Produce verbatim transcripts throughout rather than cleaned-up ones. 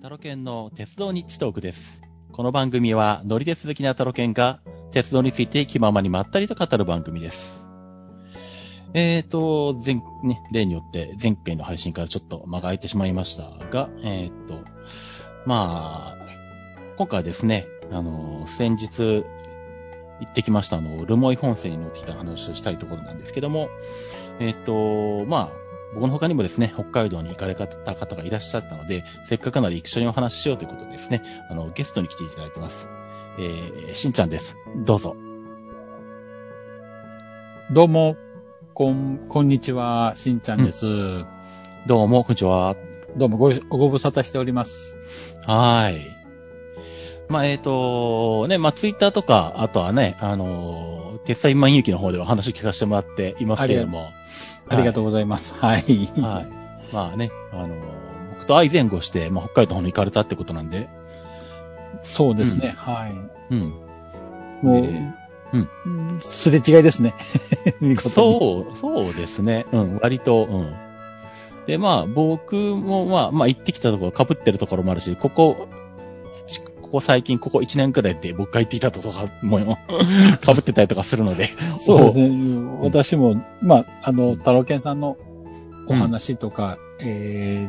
タロケンの鉄道日トークです。この番組は乗り鉄好きなタロケンが鉄道について気ままにまったりと語る番組です。えーと、前、ね、例によって前回の配信からちょっと間が空いてしまいましたが、えーと、まあ、今回はですね、あの、先日行ってきましたあの、留萌本線に乗ってきた話をしたいところなんですけども、えーと、まあ、僕の他にもですね、北海道に行かれた方がいらっしゃったので、せっかくなので一緒にお話ししようということでですね、あの、ゲストに来ていただいてます。えー、しんちゃんです。どうぞ。 どうも、こん、こんにちは、しんちゃんです。うん、 どうも、こんにちは。 どうもご、ご無沙汰しております。 はい。まあ、えっ、ー、と、ね、まあ、ツイッターとか、あとはね、あのー、鉄斎万有機の方では話を聞かせてもらっていますけれども、 ありがとうございます。はい。 はい。まあね、あの、僕と相前後して、まあ、北海道の方に行かれたってことなんで。 そうですね、うん、はい。 うん。 もう、うん。すれ違いですね。 そう、そうですね。うん、割と、うん。で、まあ、僕も、まあ、まあ、行ってきたところ、被ってるところもあるし、ここ、ここ最近、ここいちねんくらいで僕が行っていたところも、被ってたりとかするので。 そうですね。私も、まあ、あの、タロケンさんのお話とか、うん、え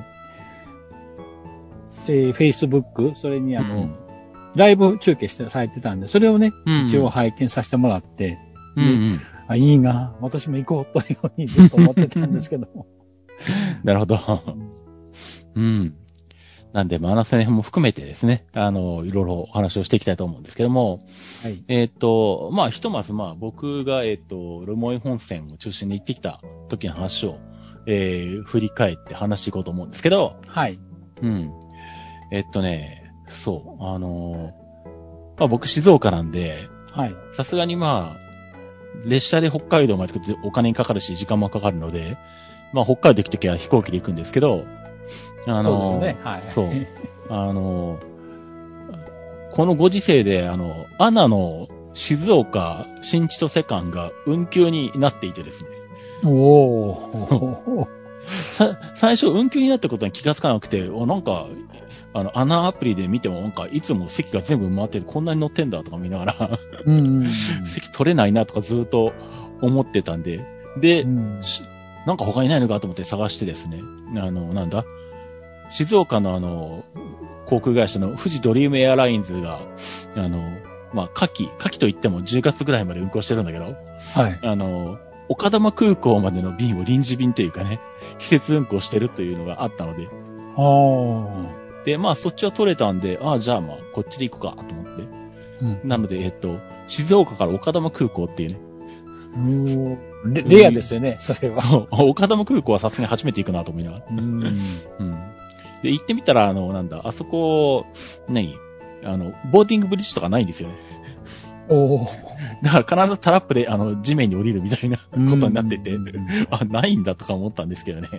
ー、えー、Facebook、それにあの、うん、ライブ中継してされてたんで、それをね、うん、一応拝見させてもらって、うんうん、あ、いいな、私も行こうというふうにずっと思ってたんですけども。 なるほど。うん。なんで、まあ、あの辺も含めてですね、あの、いろいろお話をしていきたいと思うんですけども、はい。えっと、まあ、ひとまず、まあ、僕が、えっと、留萌本線を中心に行ってきた時の話を、えー、振り返って話していこうと思うんですけど、 はい。 うん。えっとね、そう、あのー、まあ、僕静岡なんで、 はい。 さすがにまあ、列車で北海道まで行くとお金にかかるし、時間もかかるので、まあ、北海道行くときは飛行機で行くんですけど、 あのー、そうですね。はい。 そう。あのー、このご時世で、あの、アナの静岡新千歳間が運休になっていてですね。 おー。 さ、最初運休になったことに気がつかなくて、おなんか、あの、アナアプリで見てもなんか、いつも席が全部埋まってて、こんなに乗ってんだとか見ながら、うんうんうん、席取れないなとかずっと思ってたんで、で、うん、なんか他にないのかと思って探してですね、あの、なんだ、静岡のあの、航空会社の富士ドリームエアラインズが、あの、まあ、夏季、夏季といってもじゅうがつぐらいまで運航してるんだけど、 はい。 あの、岡玉空港までの便を臨時便というかね、季節運航してるというのがあったので。 ああ。で、まあ、そっちは取れたんで、ああ、じゃあまあ、こっちで行くか、と思って。うん。なので、えっと、静岡から岡玉空港っていうね。 うん。レ、レアですよね、それは。 そう。岡玉空港はさすがに初めて行くなと思いながら。うん。うん。で、行ってみたら、あの、なんだ、あそこ、何あの、ボーディングブリッジとかないんですよね。 おー。 だから必ずタラップで、あの、地面に降りるみたいなことになってて、あ、ないんだとか思ったんですけどね。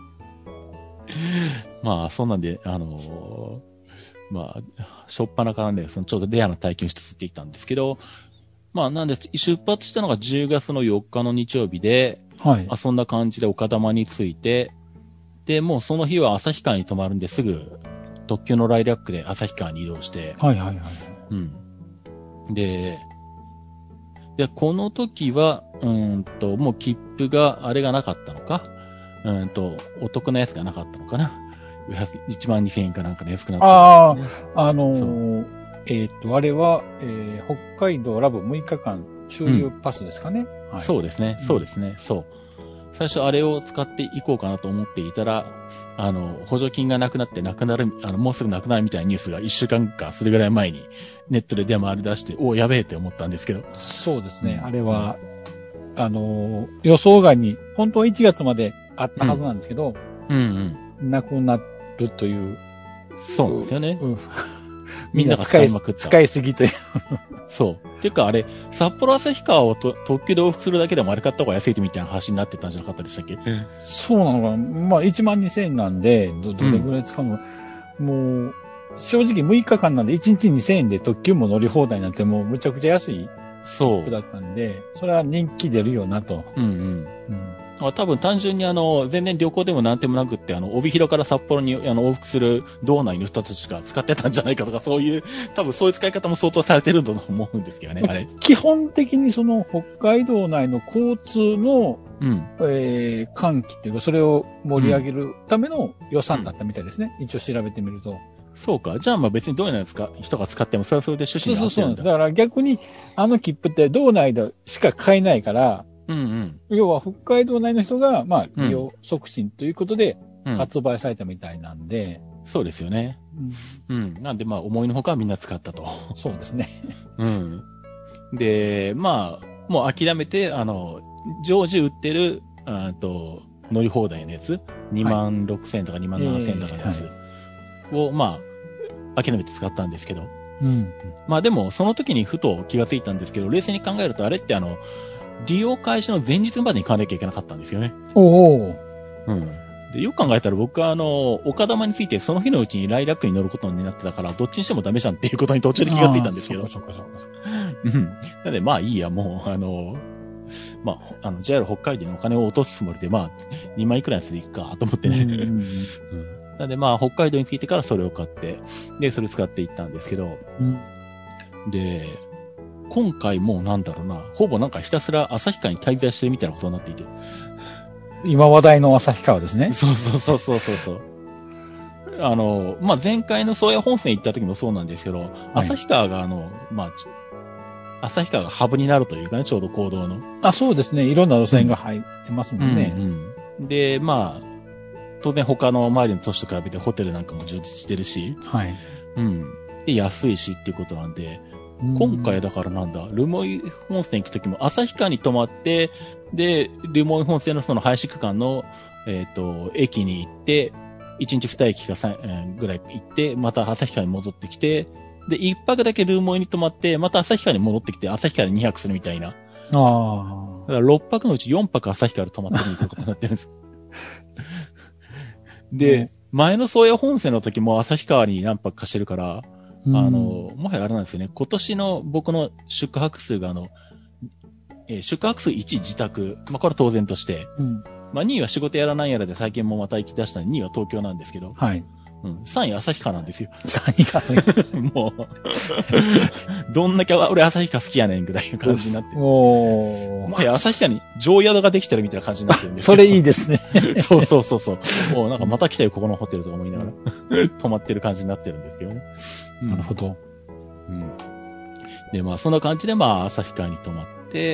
まあ、そんなんで、あのー、まあ、しょっぱなからね、そのちょうどレアな体験をしつつっていったんですけど、まあ、なんで、出発したのがじゅうがつのよっかの日曜日で、はい。そんな感じで岡玉に着いて、で、もうその日は旭川に泊まるんですぐ、特急のライラックで旭川に移動して。 はいはいはい。 うん。で、で、この時は、うんと、もう切符があれがなかったのかうんと、お得なやつがなかったのかないちまんにせんえんかなんかの安くなった、ね。 ああ、あのー、えっ、ー、と、あれは、えー、北海道ラブむいかかん周遊パスですかね、 うんはい、そうですね、そうですね、うん、そう。最初あれを使っていこうかなと思っていたら、あの、補助金がなくなってなくなる、あの、もうすぐなくなるみたいなニュースが一週間か、それぐらい前にネットで出回り出して、おやべえって思ったんですけど。 そうですね、うん、あれは、あの、予想外に、本当はいちがつまであったはずなんですけど、 うん、うんうんなくなるという。 そうなんですよね。 うん、みんな使いまくった。使いすぎという。 そう。っていうかあれ、札幌旭川をと特急で往復するだけでもあれ買った方が安いみたいな話になってたんじゃなかったでしたっけ？ そうなのかな。まあ、いちまんにせんえんなんで、ど、どれぐらい使うの、うん、もう、正直むいかかんなんでいちにちにせんえんで特急も乗り放題なんてもうむちゃくちゃ安い。そう。だったんで、それは人気出るよなと。 うんうん。うん、 あ多分単純にあの、全然旅行でもなんてもなくって、あの、帯広から札幌にあの往復する道内の人たちが使ってたんじゃないかとか、そういう、多分そういう使い方も相当されてるんだと思うんですけどね、あれ。 基本的にその北海道内の交通の、 うん。 えー、喚起っていうか、それを盛り上げるための予算だったみたいですね。うん、一応調べてみると。 そうか。じゃあまあ別に道内の使人が使っても、それはそれで趣旨に合ってるんだ。 そうそうそう。だから逆に、あの切符って道内でしか買えないから、 うんうん。 要は北海道内の人が、まあ、利用促進ということで、発売されたみたいなんで、 うん。そうですよね。うん。うん。なんでまあ思いのほかみんな使ったと。 そうですね。 うん。で、まあ、もう諦めて、あの、常時売ってる、あと、乗り放題のやつ、にまんろくせんとかにまんななせんとかのやつを、まあ、諦めて使ったんですけど。 うん。 まあでも、その時にふと気がついたんですけど、冷静に考えるとあれってあの、利用開始の前日までに買わなきゃいけなかったんですよね。 おお。 うん。で、よく考えたら僕はあの、岡玉についてその日のうちにライラックに乗ることになってたから、どっちにしてもダメじゃんっていうことに途中で気がついたんですけど。 そうかそうかそうか。 うん。なのでまあいいや、もう、あの、まあ、あの、ジェイアール 北海道にお金を落とすつもりで、まあ、にまんいくらのやつでいくか、と思ってね。うんうんうん、なのでまあ、北海道についてからそれを買って、で、それ使っていったんですけど、うん、で、今回もうなんだろうな、ほぼなんかひたすら旭川に滞在してるみたいなことになっていて。 今話題の旭川ですね。 そうそうそうそうそうそう。あの、まあ、前回の宗谷本線行った時もそうなんですけど、はい、旭川があの、まあ、旭川がハブになるというかね、ちょうど行動の。 あ、そうですね。いろんな路線が入ってますもんね。 うんうんうん、で、まあ、当然他の周りの都市と比べてホテルなんかも充実してるし、 はい。 うん。で、安いしっていうことなんで、今回だからなんだ、留萌本線行くときも旭川に泊まって、で、留萌本線のその廃止区間の、えっと、駅に行って、いちにちに駅かさん、えー、ぐらい行って、また旭川に戻ってきて、で、一泊だけ留萌に泊まって、また旭川に戻ってきて、旭川でにはくするみたいな。ああ。 だからろっぱくのうちよんぱく旭川で泊まってるみたいなことになってるんです。で、うん、前の宗谷本線の時も旭川に何泊かしてるから、うん、あの、もはやあれなんですよね。今年の僕の宿泊数があの、えー、宿泊数いち自宅。まあ、これは当然として。うん、まあ、にいは仕事やらないやらで最近もまた行き出したので、にいは東京なんですけど。 はい。 うん、さんい旭川なんですよ。 さんいがもう、どんだけ俺旭川好きやねんぐらいの感じになってる。 おー。 もはや旭川に常宿ができてるみたいな感じになってるんですそれいいですね。 そうそうそうそう。もうなんかまた来たよ、ここのホテルとか思いながら泊まってる感じになってるんですけどね。 うん、なるほど。 うん。で、まあそんな感じでまあ旭川に泊まって、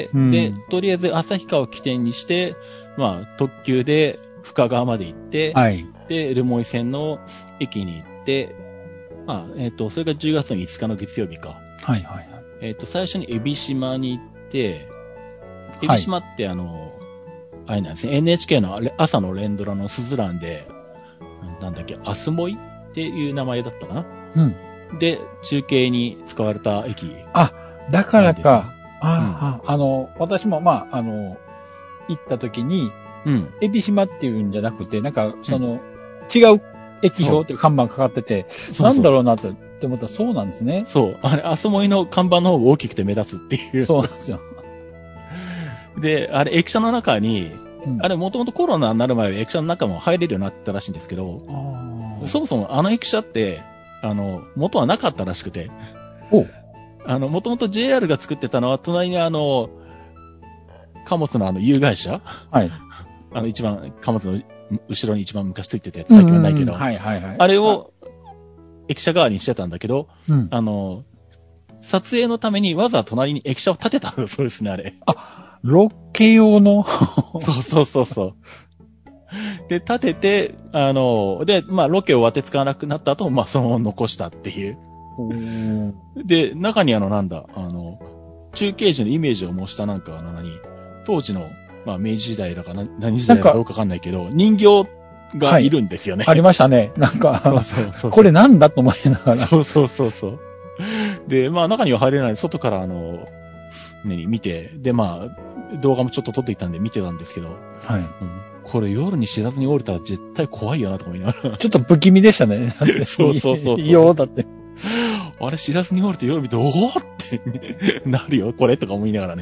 うん、で、とりあえず旭川を起点にして、まあ特急で深川まで行って、 はい。 で、留萌線の駅に行って、まあ、えっ、ー、と、それがじゅうがつのいつかの月曜日か。 はいはいはい。 えっ、ー、と、最初に海老島に行って、海老島ってあの、はい、あれなんですね、エヌエイチケー の朝の連ドラのスズランで、なんだっけ、アスモイっていう名前だったかな。 うん。 で、中継に使われた駅。 あ、だからか。あ、うん、あ、あの、私もまあ、あの、行った時に、 うん。 海老島っていうんじゃなくて、なんか、その、うん違う駅表っていう看板かかってて、そうそうなんだろうなって思ったらそうなんですね。 そう。あれ、アスモイの看板の方が大きくて目立つっていう。 そうなんですよ。 で、あれ、駅舎の中に、うん、あれ、もともとコロナになる前は駅舎の中も入れるようになってたらしいんですけど、そもそもあの駅舎って、あの、元はなかったらしくて。 おあの、もともと ジェイアール が作ってたのは、隣にあの、貨物のあの、有害車はい。 あの、一番、貨物の後ろに一番昔ついてたやつ、最近はないけど。 はいはいはい。 あれを、駅舎側にしてたんだけど、 うん、 あの、撮影のためにわざわざ隣に駅舎を建てたのそうですね、あれ。 あ、ロケ用のそうそうそうそう。で、建てて、あの、で、まあ、ロケを当て使わなくなった後、まあ、そのまま残したっていう。で、中にあの、なんだ、あの、中継時のイメージを模したなんか、あの、何、当時の、まあ、明治時代だかな、何時代だかどうかわかんないけど、人形がいるんですよね。 はい、ありましたね。なんか、 そうそうそうそうこれなんだと思いながら。 そうそうそうそう。で、まあ、中には入れない、外からあの、何、見て、で、まあ、動画もちょっと撮っていたんで見てたんですけど、 はい。うん、 これ夜に知らずに降りたら絶対怖いよなと思いながら。 ちょっと不気味でしたね。 そうそうそう。 いいよ、だって。 あれ知らずに降りて夜見て、おおってなるよ、これとか思いながらね。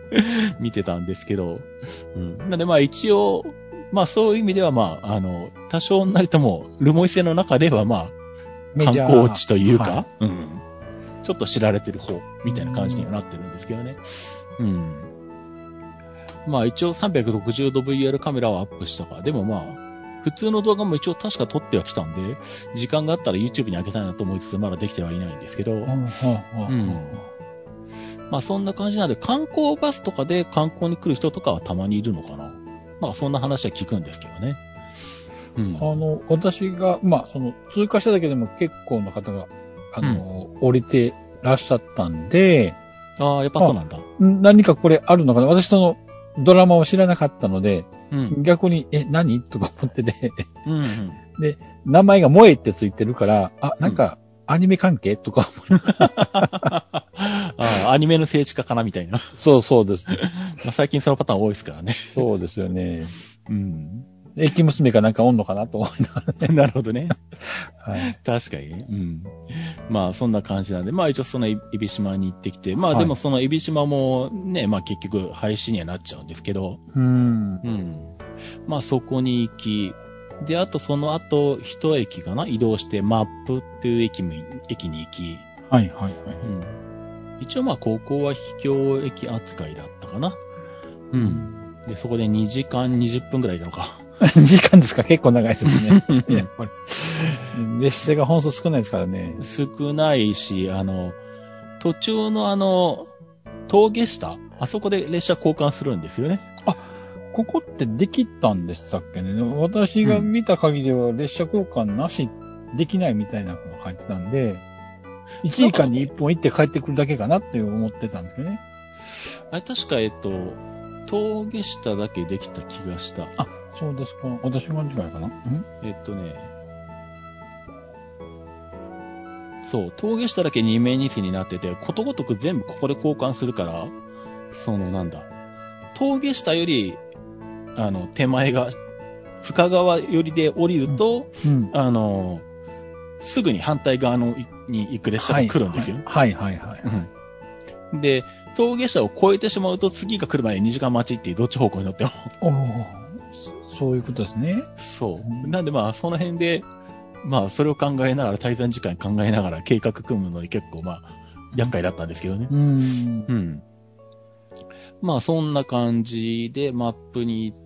見てたんですけど。うん。なんでまあ一応、まあそういう意味ではまあ、あの、多少なりとも、留萌線の中ではまあ、観光地というか、はい、うん。ちょっと知られてる方、みたいな感じにはなってるんですけどね。うん。まあ一応さんびゃくろくじゅうど ブイアール カメラをアップしたから、でもまあ、普通の動画も一応確か撮ってはきたんで、時間があったら YouTube に上げたいなと思いつつ、まだできてはいないんですけど。うん。まあそんな感じなんで、観光バスとかで観光に来る人とかはたまにいるのかな。まあそんな話は聞くんですけどね。 うん。あの、私が、まあその、通過しただけでも結構な方が、あの、うん、降りてらっしゃったんで。 ああ、やっぱそうなんだ。 何かこれあるのかな。私その、ドラマを知らなかったので、うん、逆に、え、何とか思ってて、うんうん、で、名前が萌えってついてるから、あ、なんか、アニメ関係とか思いああ、アニメの聖地化かなみたいな。 そうそうですね。 まあ最近そのパターン多いですからね。 そうですよね。うん。駅娘かなんかおんのかなと思いながらね。なるほどね。はい。確かにね。うん。まあそんな感じなんで、まあ一応そのエビ島に行ってきて、まあでもそのエビ島もね、まあ結局廃止にはなっちゃうんですけど、うん。うん。まあそこに行き、で、あとその後一駅かな移動してマップっていう駅も、駅に行き、 はいはいはい。 うん。一応まあ高校は秘境駅扱いだったかな。うん。で、そこでにじかんにじゅっぷんぐらいいたのか。 にじかんですか結構長いですね。やっぱり。列車が本数少ないですからね。 少ないし、あの、途中のあの、峠下あそこで列車交換するんですよね。 あ、ここってできたんでしたっけね。私が見た限りでは列車交換なし、できないみたいなのが書いてたんで、いちじかんにいっぽん行って帰ってくるだけかなって思ってたんですけどね。 あれ確か、えっと、峠下だけできた気がした。 あ、そうですか。私が間違いかな。んえっとね。そう、峠下だけに名日になってて、ことごとく全部ここで交換するから、そのなんだ。峠下より、あの、手前が、深川寄りで降りると、うんうん、あの、すぐに反対側のに行く列車が来るんですよ。 はいはいはい、はいはいうん。で、峠下を越えてしまうと次が来る前ににじかん待ちっていうどっち方向に乗っても。 おそういうことですね。 そう。なんでまあ、その辺で、まあ、それを考えながら、滞在時間考えながら計画組むのに結構まあ、厄介だったんですけどね。うん。うん。まあ、そんな感じでマップに行って、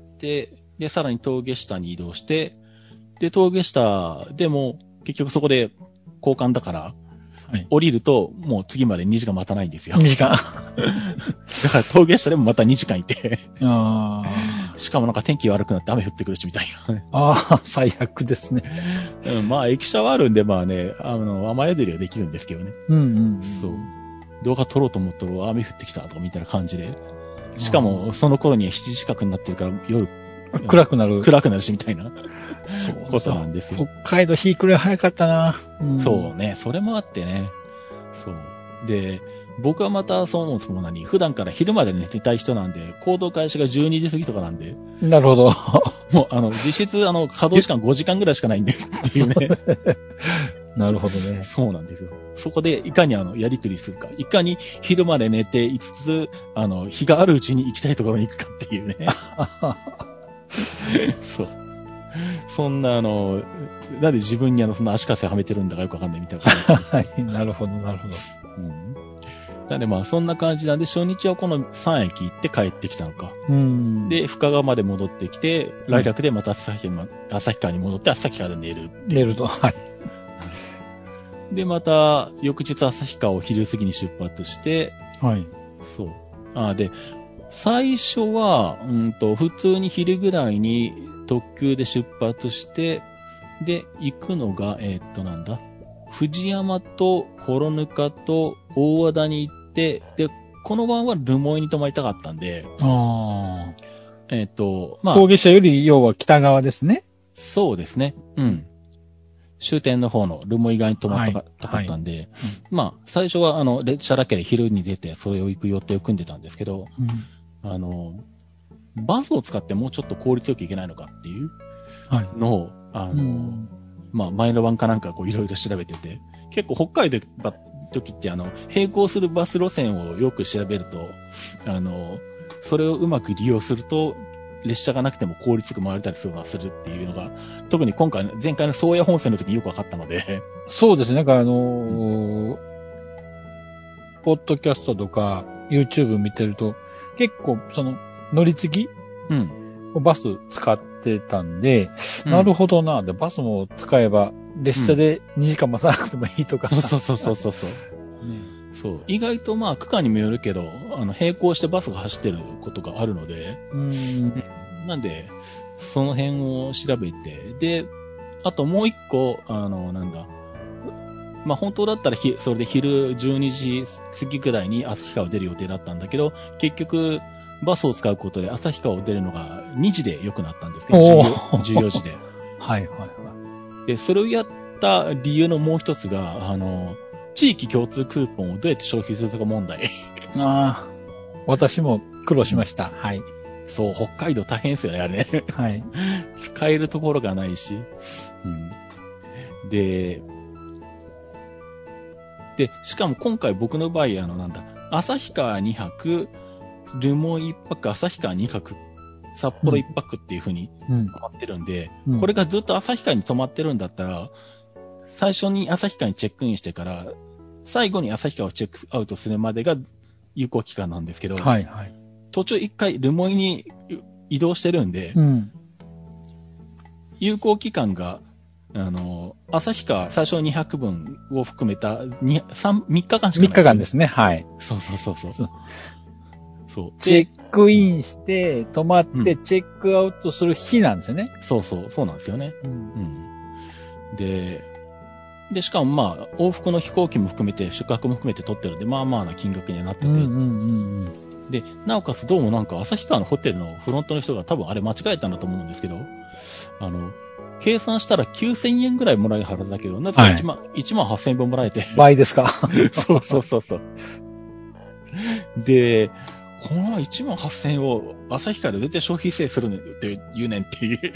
で、さらに峠下に移動して、で、峠下でも結局そこで交換だから、はい、降りると、もう次までにじかん待たないんですよ。 にじかん。だから峠下でもまたにじかんいて。あしかもなんか天気悪くなって雨降ってくるしみたいな。 ああ、最悪ですね。 うん、まあ駅舎はあるんで、まあね、あの、雨宿りはできるんですけどね。うんうん、うん。そう。動画撮ろうと思ったら雨降ってきたとかみたいな感じで。しかも、その頃にはしちじ近くになってるから夜、 暗くなる。 暗くなるしみたいな。そうことなんですよ。 北海道日暮れ早かったな、 うん。そうね。それもあってね。そう。で、僕はまたそう思うんですもんなに、普段から昼まで寝てたい人なんで、行動開始がじゅうにじ過ぎとかなんで。 なるほど。 もう、あの、実質、あの、稼働時間ごじかんぐらいしかないんで、っていうね。 なるほどね。 そうなんですよ。そこで、いかにあの、やりくりするか。いかに昼まで寝ていつつ、あの、日があるうちに行きたいところに行くかっていうね。そう。そんなあの、なんで自分にあの、その足かせはめてるんだかよくわかんないみたいな。 はい、なるほど、なるほど。うん。 なんでまあ、そんな感じなんで、初日はこのさん駅行って帰ってきたのか。うん。で、深川まで戻ってきて、来楽でまた旭川、旭川に戻って旭川で寝る。 寝ると、はい。 で、また、翌日旭川を昼過ぎに出発して、はい。そう。あ、で、最初は、うんと、普通に昼ぐらいに特急で出発して、で、行くのが、えー、っと、なんだ。藤山と幌沼と大和田に行って、で、この晩は留萌に泊まりたかったんで、あえー、っと、 まあ。峠下より要は北側ですね。 そうですね。うん。終点の方の留萌側に泊まりたかったんで、はいはいうん、まあ、最初はあの、列車だけで昼に出て、それを行く予定を組んでたんですけど、うん、あの、バスを使ってもうちょっと効率よく行けないのかっていうのを、はい、あの、うん、まあ、前の晩かなんかこういろいろ調べてて、結構北海道時って、あの、並行するバス路線をよく調べると、あの、それをうまく利用すると、列車がなくても効率よく回れたりするっていうのが、特に今回、前回の宗谷本線の時によく分かったので。 そうですね。なんかあのー、ポッドキャストとか YouTube 見てると、結構その乗り継ぎうん。 バス使ってたんで、うん、なるほどな。で、バスも使えば、列車でにじかん待たなくてもいいとか。 うん、そうそうそうそうそう。ね、そう。意外とまあ区間にもよるけど、あの、並行してバスが走ってることがあるので、 うん、 なんで、その辺を調べて、で、あともう一個、あの、なんだ、まあ本当だったらひ、それで昼じゅうにじ過ぎくらいに旭川を出る予定だったんだけど、結局、バスを使うことで旭川を出るのがにじで良くなったんですね。じゅうよじで。 はいはいはい。 で、それをやった理由のもう一つが、あの、地域共通クーポンをどうやって消費するか問題。 ああ、私も苦労しました。はい。 そう、北海道大変ですよね、あれね。 はい。 使えるところがないし。うん。で、で、しかも今回僕の場合、あの、なんだ、旭川にはく、留萌いっぱく、旭川にはく、札幌いっぱくっていう風に止まってるんで、うんうん、これがずっと旭川に止まってるんだったら、最初に旭川にチェックインしてから、最後に旭川をチェックアウトするまでが有効期間なんですけど、 はいはい、 途中一回留萌に移動してるんで、 うん、 有効期間が、あの、旭川最初のにはくぶんを含めたに、三、みっかかんしかない、ね。 みっかかんですね、はい。 そうそうそうそう。そうそうチェックインして、泊まってチェックアウトする日なんですよね。 うん、そうそう、そうなんですよね。 うんうん、で、で、しかもまあ、往復の飛行機も含めて、宿泊も含めて取ってるんで、まあまあな金額にはなってて。 うんうんうんうん、 で、なおかつどうもなんか、旭川のホテルのフロントの人が多分あれ間違えたんだと思うんですけど、あの、計算したらきゅうせんえんぐらいもらえるはずだけど、なぜかいちまん、はい、いちまんはっせんえんぶんもらえて。 倍ですか。 そうそうそうそう。で、このいちまんはっせんえんを旭川で絶対消費税するねって言うねんっていう。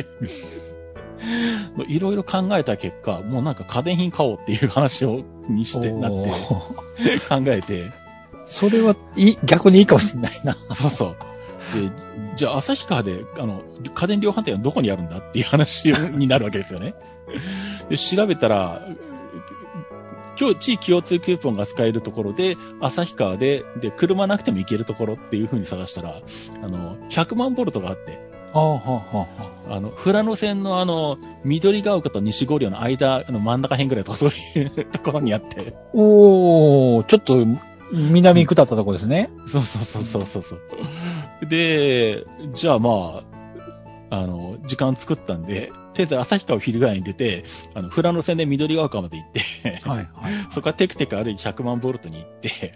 いろいろ考えた結果、もうなんか家電品買おうっていう話を、にしてなって、考えて。 それは、い、逆にいいかもしれないな。 そうそう。で、じゃあ旭川で、あの、家電量販店はどこにあるんだっていう話になるわけですよね。で、調べたら、今日地域共通クーポンが使えるところで、旭川で、で、車なくても行けるところっていう風に探したら、あの、ひゃくまんボルトがあって、 ああ、はあ、はあ。あの、富良野線のあの、緑ヶ丘と西五稜の間の真ん中辺ぐらいとかそういうところにあって。 おー、ちょっと、南下ったとこですね。 うん、そうそうそうそうそうそう。で、じゃあまあ、あの、時間作ったんで、とりあえず旭川を昼ぐらいに出て、あの、富良野線で緑ヶ丘まで行って、 はいはい、 そこからテクテク歩いてひゃくまんボルトに行って、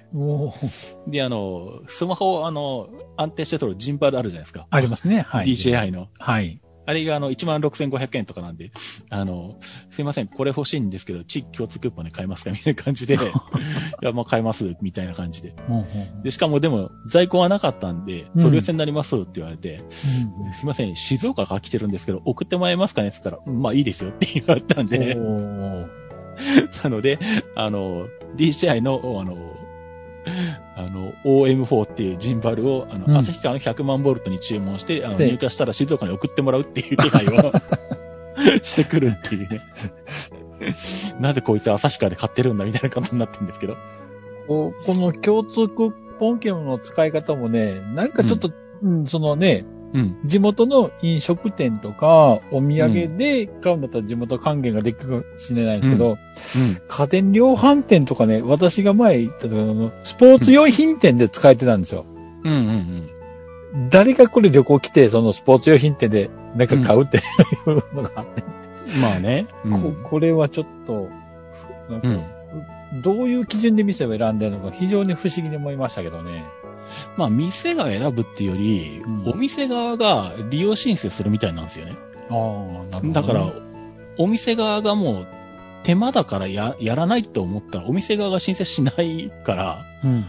おで、あの、スマホをあの、安定して取るジンバルあるじゃないですか。 ありますね。はい。 ディージェーアイ の。 はい。 あれがあの、いちまんろくせんごひゃくえんとかなんで、あの、すいません、これ欲しいんですけど、地域共通クーポンで買えますかみたいな感じで、いや、もう買えます、みたいな感じで。 うんうん、 で、しかもでも、在庫はなかったんで、取り寄せになりますって言われて、うん、すいません、静岡から来てるんですけど、送ってもらえますかねって言ったら、まあいいですよって言われたんで、なので、あの、ディージェーアイ の、あの、あの、オーエムフォー っていうジンバルを、あの、うん、旭川のひゃくまんボルトに注文して、あの、入荷したら静岡に送ってもらうっていう手配をしてくるっていうね。なぜこいつ旭川で買ってるんだみたいな感じになってるんですけど。 この共通クーポン券の使い方もね、なんかちょっと、うん、そのね、うん、地元の飲食店とか、お土産で買うんだったら地元還元ができるかもしれないんですけど、うんうん、家電量販店とかね、私が前行った時のスポーツ用品店で使えてたんですよ。 うんうんうん、誰がこれ旅行来て、そのスポーツ用品店でなんか買うっていうのがあって。 うん、まあね、 うんこ。これはちょっと、なんか、うん、どういう基準で店を選んでるのか非常に不思議に思いましたけどね。 まあ、店が選ぶっていうより、うん、お店側が利用申請するみたいなんですよね。 ああ、なるほど、ね。 だから、お店側がもう、手間だからや、やらないと思ったら、お店側が申請しないから、 うんうんうん、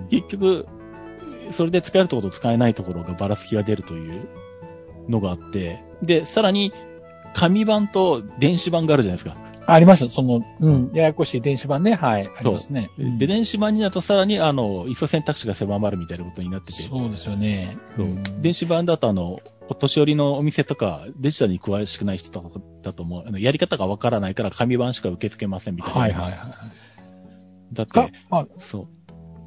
結局、それで使えるところと使えないところがばらつきが出るというのがあって、で、さらに、紙版と電子版があるじゃないですか。 あります。その、うん、ややこしい電子版ね。はい。ありますね。 で、電子版になるとさらに、あの、いっそ選択肢が狭まるみたいなことになってて。 そうですよね。 そう。うん、電子版だと、あの、お年寄りのお店とか、デジタルに詳しくない人とかだと思う。あの、やり方がわからないから紙版しか受け付けませんみたいな。 はいはいはい。 だって、あ、そう。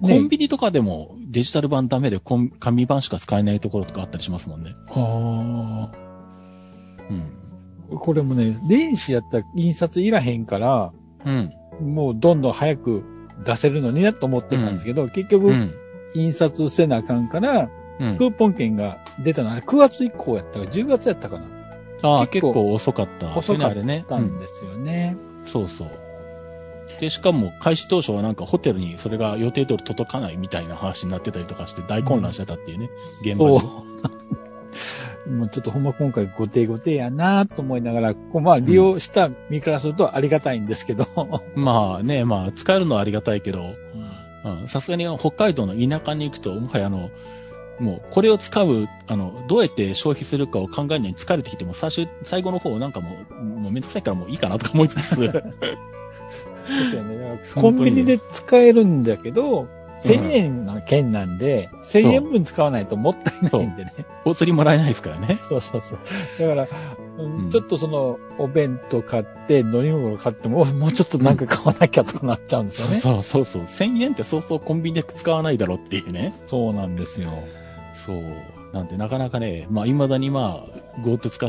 ね、コンビニとかでもデジタル版ダメで紙版しか使えないところとかあったりしますもんね。 はあ。うん。これもね、電子やったら印刷いらへんから、うん。もうどんどん早く出せるのになと思ってたんですけど、うん、結局、うん、印刷せなあかんから、うん、クーポン券が出たのはくがつ以降やったかじゅうがつやったかな。 ああ、結構遅かった。 遅かったんですよね。 うん、そうそう。で、しかも開始当初はなんかホテルにそれが予定通り届かないみたいな話になってたりとかして大混乱してたっていうね、うん、現場で。 もうちょっとほんま今回後手後手やなと思いながら、こうまあ利用した身からするとありがたいんですけど。 うん、まあね、まあ使えるのはありがたいけど、さすがに北海道の田舎に行くと、もはやあの、もうこれを使う、あの、どうやって消費するかを考えるのに疲れてきても、最終、最後の方なんかもう、もうめんどくさいからもういいかなとか思いつつ。 ですよね。コンビニで使えるんだけど、せんえんの券なんで、うん、せんえんぶん使わないともったいないんでね。 お釣りもらえないですからね。 そうそうそう。だから、うん、ちょっとその、お弁当買って、飲み物買っても、もうちょっとなんか買わなきゃとかなっちゃうんですよね。 そうそうそう。せんえんってそうそうコンビニで使わないだろうっていうね。 そうなんですよ。 そう。なんでなかなかね、まあ未だにまあ、GoTo 使って、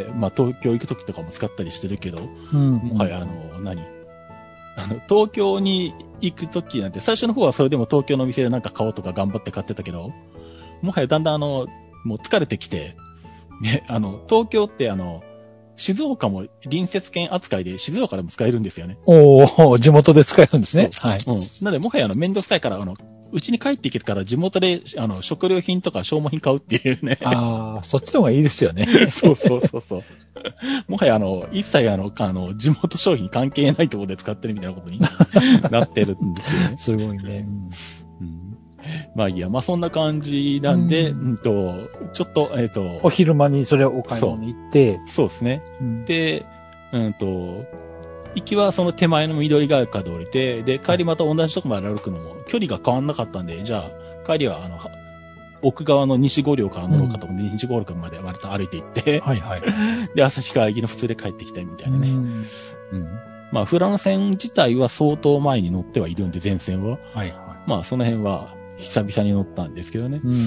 まあ東京行くときとかも使ったりしてるけど、うん、もはやあの、何あの、東京に行くときなんて、最初の方はそれでも東京のお店でなんか買おうとか頑張って買ってたけど、もはやだんだんあの、もう疲れてきて、ね、あの、東京ってあの、静岡も隣接県扱いで静岡でも使えるんですよね。 おー、地元で使えるんですね。はい。 うん。なので、もはやあの、めんどくさいから、あの、うちに帰ってきてから地元で、あの、食料品とか消耗品買うっていうね。 ああ、そっちの方がいいですよね。 そうそうそうそう。もはやあの、一切あの、あの、地元商品関係ないところで使ってるみたいなことになってるんですよね。 すごいね。 うん、まあいいや、まあそんな感じなんで、うん、うんと、ちょっと、えっ、ー、と。 お昼間にそれをお買い物に行って。 そう、そうですね。うん、で、うんと、行きはその手前の緑ヶ丘で降りて、で、帰りまた同じとこまで歩くのも、距離が変わんなかったんで、じゃあ、帰りはあの、奥側の西五稜から乗ろうかと思って、うん、西五稜まで割と歩いて行って、はいはい。で、旭川行きの普通で帰ってきたみたいなね。うん。うん、まあ、富良野線自体は相当前に乗ってはいるんで、全線は。はいはい。まあ、その辺は久々に乗ったんですけどね。うん。うん、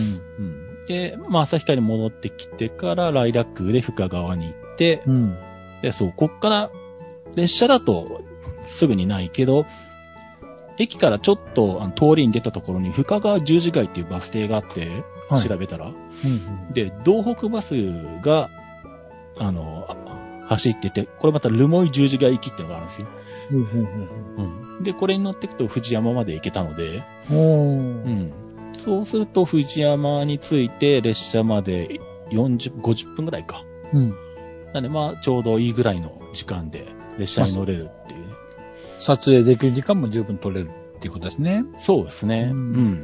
で、まあ、旭川に戻ってきてから、ライラックで深川に行って、うん。で、そう、こっから、列車だとすぐにないけど、駅からちょっとあの通りに出たところに深川十字街っていうバス停があって、はい、調べたら、うんうん。で、道北バスが、あの、走ってて、これまた留萌十字街行きっていうのがあるんですよ。うんうんうん、で、これに乗っていくと富士山まで行けたので、うん、そうすると富士山に着いて列車までよんじゅう、ごじゅっぷんぐらいか。うん、なんでまあちょうどいいぐらいの時間で列車に乗れるっていうね。 撮影できる時間も十分取れるっていうことですね。 そうですね。うん。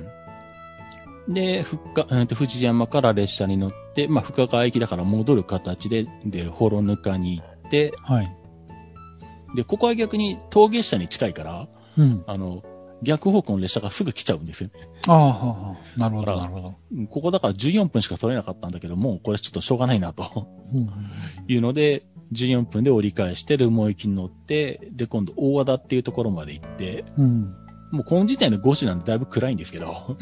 うん、で、ふっか、えっと、富士山から列車に乗って、まあ、深川駅だから戻る形で、で、幌沼に行って、はい。で、ここは逆に峠下に近いから、うん。あの、逆方向の列車がすぐ来ちゃうんですよね。 ああ、はあ、なるほど、なるほど。 ここだからじゅうよんぷんしか取れなかったんだけども、これちょっとしょうがないなと、うん、いうので、じゅうよんぷんで折り返して、留萌行きに乗って、で、今度大和田っていうところまで行って、うん、もうこの時点でごじなんでだいぶ暗いんですけど、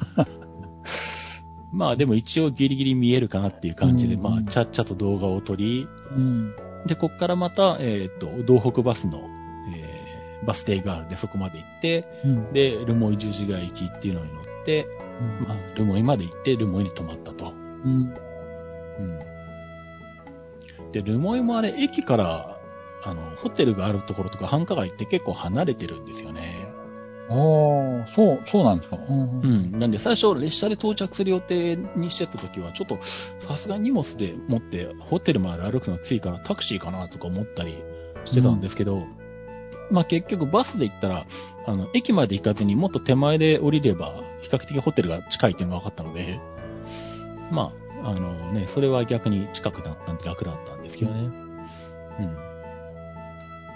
まあでも一応ギリギリ見えるかなっていう感じで、うん、まあちゃっちゃと動画を撮り、うん、で、こっからまた、えっと、道北バスの、えー、バス停があるんでそこまで行って、うん、で、留萌十字街行きっていうのに乗って、うん、まあ、留萌まで行って、留萌に泊まったと。うんうん、で、留萌もあれ、駅から、あの、ホテルがあるところとか繁華街って結構離れてるんですよね。 ああ、そう、そうなんですか。うん、 うん。なんで最初列車で到着する予定にしてた時は、ちょっとさすがに荷物で持ってホテルまで歩くのついからタクシーかなとか思ったりしてたんですけど、うん、まあ結局バスで行ったら、あの、駅まで行かずにもっと手前で降りれば比較的ホテルが近いっていうのが分かったので、まあ、あのね、それは逆に近くなったんで楽だったんですけどね。うん。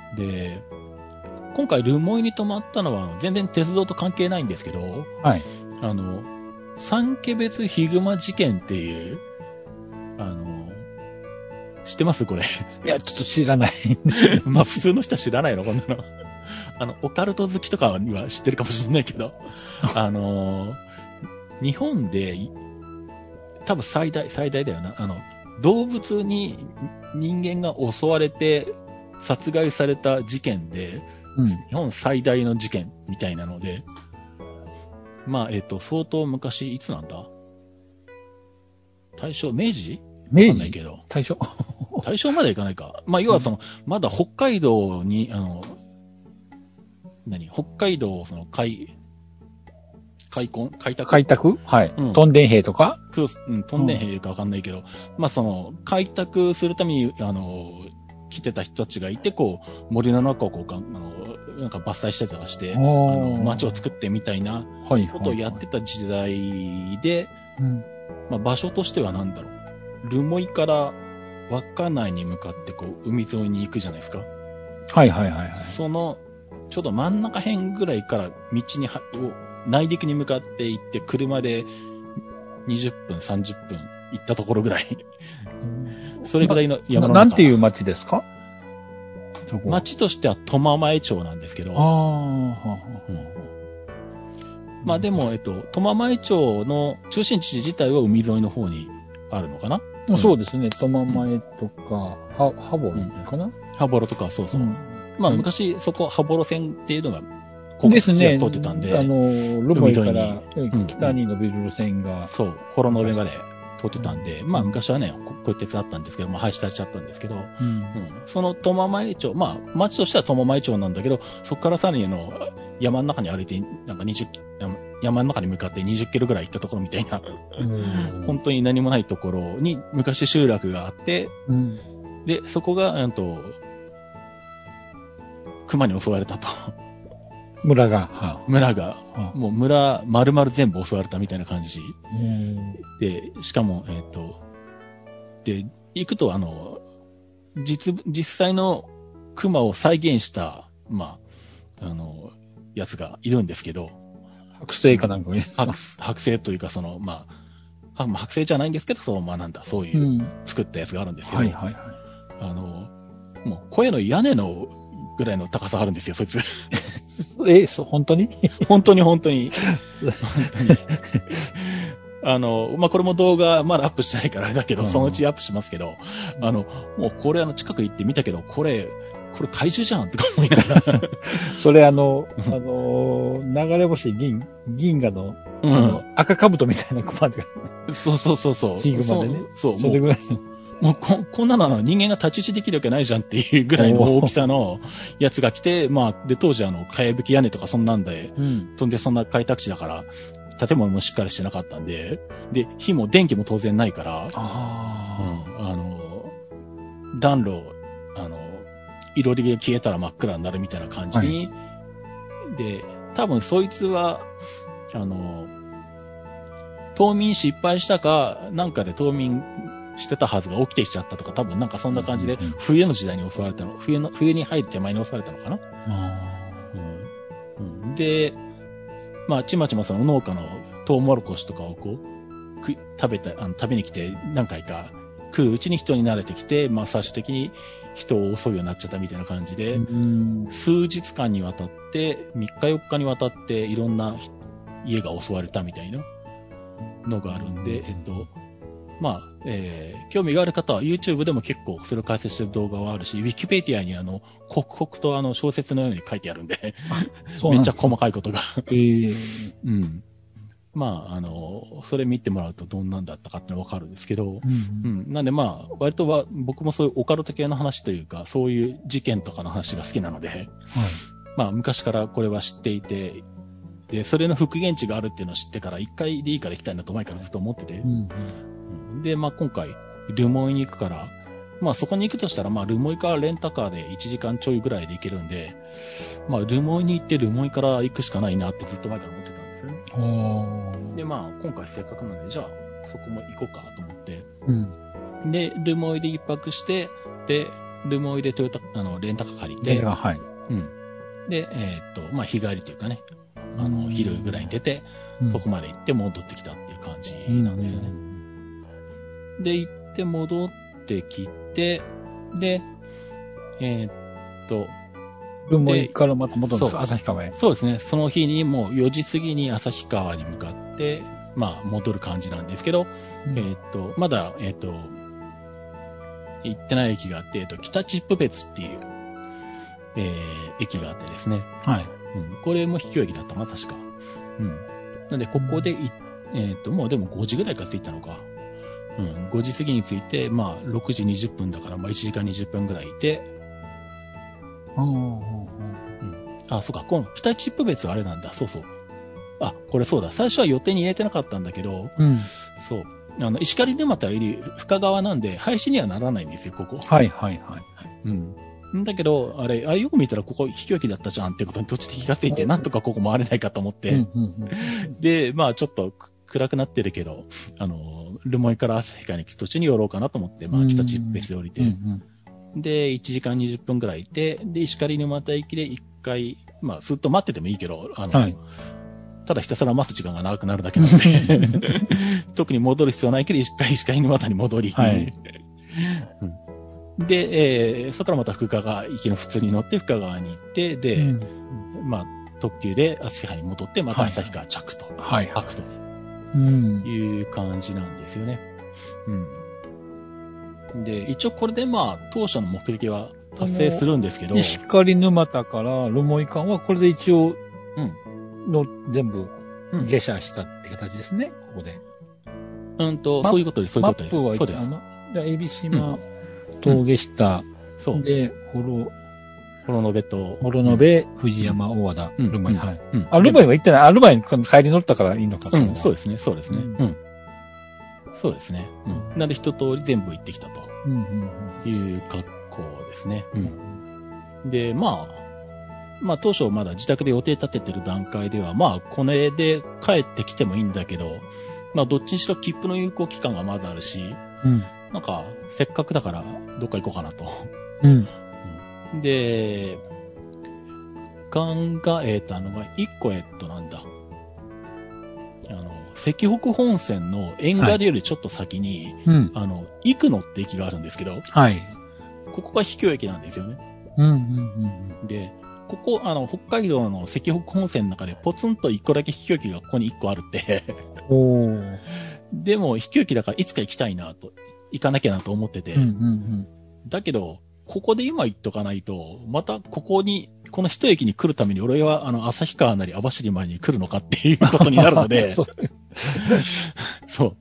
で、今回ルモイに泊まったのは全然鉄道と関係ないんですけど、 はい。 あの、三毛別ヒグマ事件っていう、あの、知ってますこれ。 いや、ちょっと知らないんですよ。 まあ普通の人は知らないの、こんなの。あの、オカルト好きとかには知ってるかもしれないけど、あの、日本で、多分最大、最大だよな。あの、動物に人間が襲われて殺害された事件で、 うん。 日本最大の事件みたいなので、まあ、えっと、相当昔、いつなんだ大正、明治明治わかんないけど。 最初大正までいかないか。まあ、要はその、まだ北海道に、あの、何北海道をその、開、開墾開拓開拓はい。 うんトンデン兵とかそう、うん、トンデン兵かわかんないけど、まあその、開拓するために、あの、来てた人たちがいて、こう、森の中をこうか、あの、なんか伐採したりとかして、あの、街を作ってみたいなはい。 ことをやってた時代で、 うん。 まあ場所としてはなんだろう。留萌から稚内に向かってこう、海沿いに行くじゃないですか。 はいはいはいはい。 その、ちょうど真ん中辺ぐらいから道には、を内陸に向かって行って、車でにじゅっぷん、さんじゅっぷん行ったところぐらい。それぐらいの山の中。 なんていう町ですか町としては苫前町なんですけど。 ああ、はうんまあでも、えっと、苫前町の中心地自体は海沿いの方にあるのかな、 あ、そうですね。苫前とか、は、ハボルかな、 羽幌とか、そうそう。 うんまあ昔そこ羽幌線っていうのが、ここですね。 通ってたんで。 あの、ルモイか海ら沿いに北に伸びる路線が。 そう、幌延まで通ってたんで、まあ昔はね、ここういう鉄あったんですけど、まあ廃止されちゃったんですけど、 うん。 うん、その苫前町、まあ町としては苫前町なんだけど、そこからさらにあの、山の中に歩いて、なんかにじゅう、山の中に向かってにじゅっキロぐらい行ったところみたいな、 うん本当に何もないところに昔集落があって、 うん。 で、そこが、うんと、熊に襲われたと。 村が。は村が、 あもう村丸々全部襲われたみたいな感じ。 うんで、しかも、えっ、と、で、行くとあの、実、実際の熊を再現した、まあ、あの、やつがいるんですけど、 剥製かなんかに。 剥剥製というかその、まあ、はまあ剥製じゃないんですけど、そう、まあなんだ、そういううん作ったやつがあるんですけど、 はいはいはい。 あの、もう小屋の屋根のぐらいの高さあるんですよ、そいつ。 え、そう、本当に本当に本当に。本当に。あの、まあ、これも動画まだアップしてないからあれだけど、 うんそのうちアップしますけど、あの、もうこれあの近く行ってみたけど、これ、これ怪獣じゃんとか思いながら。 それあの、あの、流れ星銀、銀河の、あうの、赤兜みたいなクマで、 ん。そうそうそうそう。 ヒグマでねそう、そうそれぐらいの。 もうこ、こんなのは人間が太刀打ちできるわけないじゃんっていうぐらいの大きさのやつが来て、まあ、で、当時あの、かやぶき屋根とかそんなんで、 うん。 飛んでそんな開拓地だから、建物もしっかりしてなかったんで、で、火も電気も当然ないから、 あうん、あの、暖炉、あの、いろりが消えたら真っ暗になるみたいな感じに、で、多分そいつは、あの、冬眠失敗したか、なんかで冬眠してたはずが起きてきちゃったとか、多分なんかそんな感じで、 うんうんうん冬の時代に襲われたの、冬の、冬に入る手前に襲われたのかな、 あ。 うんうん、で、まあ、ちまちまその農家のトウモロコシとかをこう、く食べた、あの、食べに来て何回か食ううちに人に慣れてきて、まあ、最終的に人を襲うようになっちゃったみたいな感じで、 うん。 数日間にわたって、みっかよっかにわたっていろんな家が襲われたみたいなのがあるんで、えっと、まあ、えー、興味がある方は YouTube でも結構それを解説してる動画はあるし、Wikipedia にあの、刻々とあの小説のように書いてあるんで、めっちゃ細かいことが。 えー、 うん。まあ、あの、それ見てもらうとどんなんだったかってのわかるんですけど、 う。 うんん。なんでまあ、割とは、僕もそういうオカルト系の話というか、そういう事件とかの話が好きなので、 はい。 まあ、昔からこれは知っていて、で、それの復元地があるっていうのを知ってから、一回でいいから行きたいなと前からずっと思ってて、 うん。 うんで、まあ今回、ルモイに行くから、まあそこに行くとしたら、まあルモイからレンタカーでいちじかんちょいぐらいで行けるんで、まあルモイに行ってルモイから行くしかないなってずっと前から思ってたんですよね。 ああ。 で、まあ今回せっかくなんで、じゃあそこも行こうかと思って、 うん。 で、ルモイで一泊して、で、 ルモイでトヨタ、あの、レンタカー借りて、 レンタカー、はい。 うん。で、えーっと、まあ、日帰りというかね、あの、昼ぐらいに出て、 うん、 そこまで行って戻ってきたっていう感じなんですよね。うん、で、行って戻ってきて、で、えーっと、 ルモイからまた戻るんですか、旭川へ。 そうですね。その日にもうよじ過ぎに旭川に向かって、まあ、戻る感じなんですけど、うん、えーっと、まだ、えーっと、行ってない駅があって、えっと、北チップ別っていう、えー、駅があってですね。 はい。 うん。これも秘境駅だったかな、確か。うん。なんで、ここでい、えっと、もうでもごじぐらいから着いたのか。うん。ごじ過ぎに着いて、まあ、ろくじにじゅっぷんだから、まあ、いちじかんにじゅっぷんぐらいいて。 うん。うん。 あ、そうか、この北チップ別はあれなんだ。そうそう。あ、これそうだ。最初は予定に入れてなかったんだけど、 うん。 そう。あの、石狩沼田より深川なんで、廃止にはならないんですよ、ここ。 はいはいはい。 うん。だけど、あれ、あ、よく見たらここ秘境駅だったじゃんってことに土地的気がついて、なんとかここ回れないかと思って。うんうんうん、で、まあちょっと暗くなってるけど、あの、ルモイから旭川に行く途中に寄ろうかなと思って、まあ北チップスで降りて、うんうんうん、で、いちじかんにじゅっぷんくらいいて、で、石狩沼田駅で一回、まあずっと待っててもいいけど、あの、はい、ただひたすら待つ時間が長くなるだけなんで、特に戻る必要ないけど、一回石狩沼田に戻り、はいうん、で、えー、そこからまた深川行きの普通に乗って深川に行って、で、うん、まあ、特急で旭川に戻って、また旭川着と、はい、開くと、うん、いう感じなんですよね。うん。で、一応これでまあ、当初の目的は達成するんですけど。 石狩沼田から留萌間はこれで一応、うん、の全部下車したって形ですね、うん、ここで。 うんと、そういうことです、そういうことです。 マップはそうです。 あの、じゃあ、海老島、峠下、うん、 そう。 で、ほろ、 ほろのべと、 ほろのべ、藤山、大和田、 うん、 ルマイ、はい。 うん、 あ、ルマイは行ってない。あ、ルマイに帰り乗ったからいいのかな。 うん、そうですね、そうですね。うん。そうですね。うん。なので一通り全部行ってきたと。うん、いう格好ですね。うん。で、まあ、まあ当初まだ自宅で予定立ててる段階では、まあこれで帰ってきてもいいんだけど、まあどっちにしろ切符の有効期間がまだあるし、うん、なんかせっかくだからどっか行こうかなと。うん。で、考えたのが一個えっとなんだ。あの、石北本線の縁側よりちょっと先に、はいうん、あの、生野って駅があるんですけど、はい。ここが秘境駅なんですよね。うんうんうんうん、で、ここ、あの、北海道の石北本線の中でポツンと一個だけ秘境駅がここに一個あるっておー。でも、秘境駅だからいつか行きたいなと、行かなきゃなと思ってて。うんうんうん、だけど、ここで今行っとかないと、またここに、この一駅に来るために俺は、あの、旭川なり網走までに来るのかっていうことになるので、そう。そう。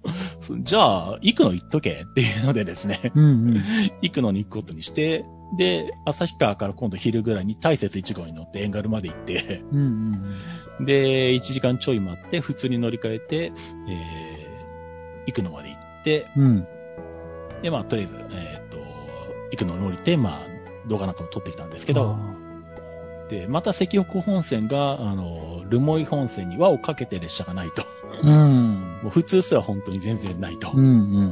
じゃあ、行くの行っとけっていうのでですね、うんうん、行くのに行くことにして、で、旭川から今度昼ぐらいに大雪いち号に乗って遠軽まで行って、うんうんうん、で、いちじかんちょい待って、普通に乗り換えて、えー、行くのまで行って、うん、で、まあ、とりあえず、えっと、行くのに降りて、まあ、動画なんかも撮ってきたんですけど、で、また石北本線が、あの、留萌本線に輪をかけて列車がないと。うん、もう普通すら本当に全然ないと。うんうん、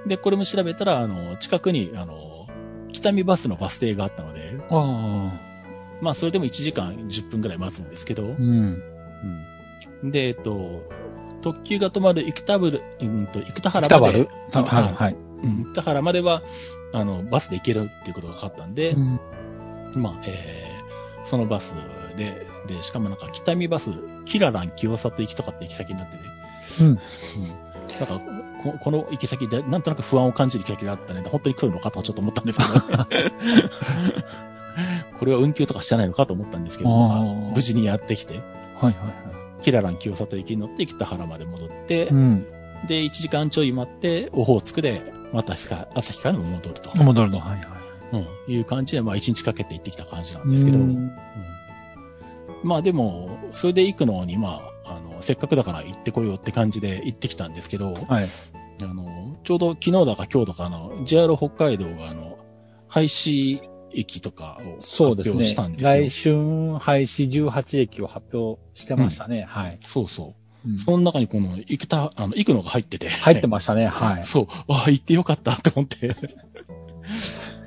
で、これも調べたら、あの、近くに、あの、北見バスのバス停があったので、あまあ、それでもいちじかんじゅっぷんぐらい待つんですけど、うんうん、で、えっと、特急が止まる生田原、うんと、生田原まで、 生田原はい。 生田原までは、あの、バスで行けるっていうことが分かったんで、うん、まあ、えー、そのバスで、で、しかもなんか北見バス、キララン清里行きとかって行き先になってて、うん。うん、なんかこ、この行き先で、なんとなく不安を感じる行き先だったね。本当に来るのかとちょっと思ったんですけど、ね、これは運休とかしてないのかと思ったんですけど、まあ、無事にやってきて、はいはいはい。キララン清里行きに乗って北原まで戻って、うん、で、いちじかんちょい待って、オホーツクで、また旭川にも戻ると。 戻ると。はいはい。 うん。いう感じで、まあ一日かけて行ってきた感じなんですけど、うんうん、まあでも、それで行くのに、まあ、あの、せっかくだから行ってこようって感じで行ってきたんですけど、はい。あの、ちょうど昨日だか今日とかの ジェイアール 北海道があの、廃止駅とかを発表したんですよ。 そうですね。来春廃止じゅうはち駅を発表してましたね。うん、はい。 そうそう。うん、その中にこの、行くた、あの、行くのが入ってて。 入ってましたね。はい。 そう。ああ、行ってよかったって思って。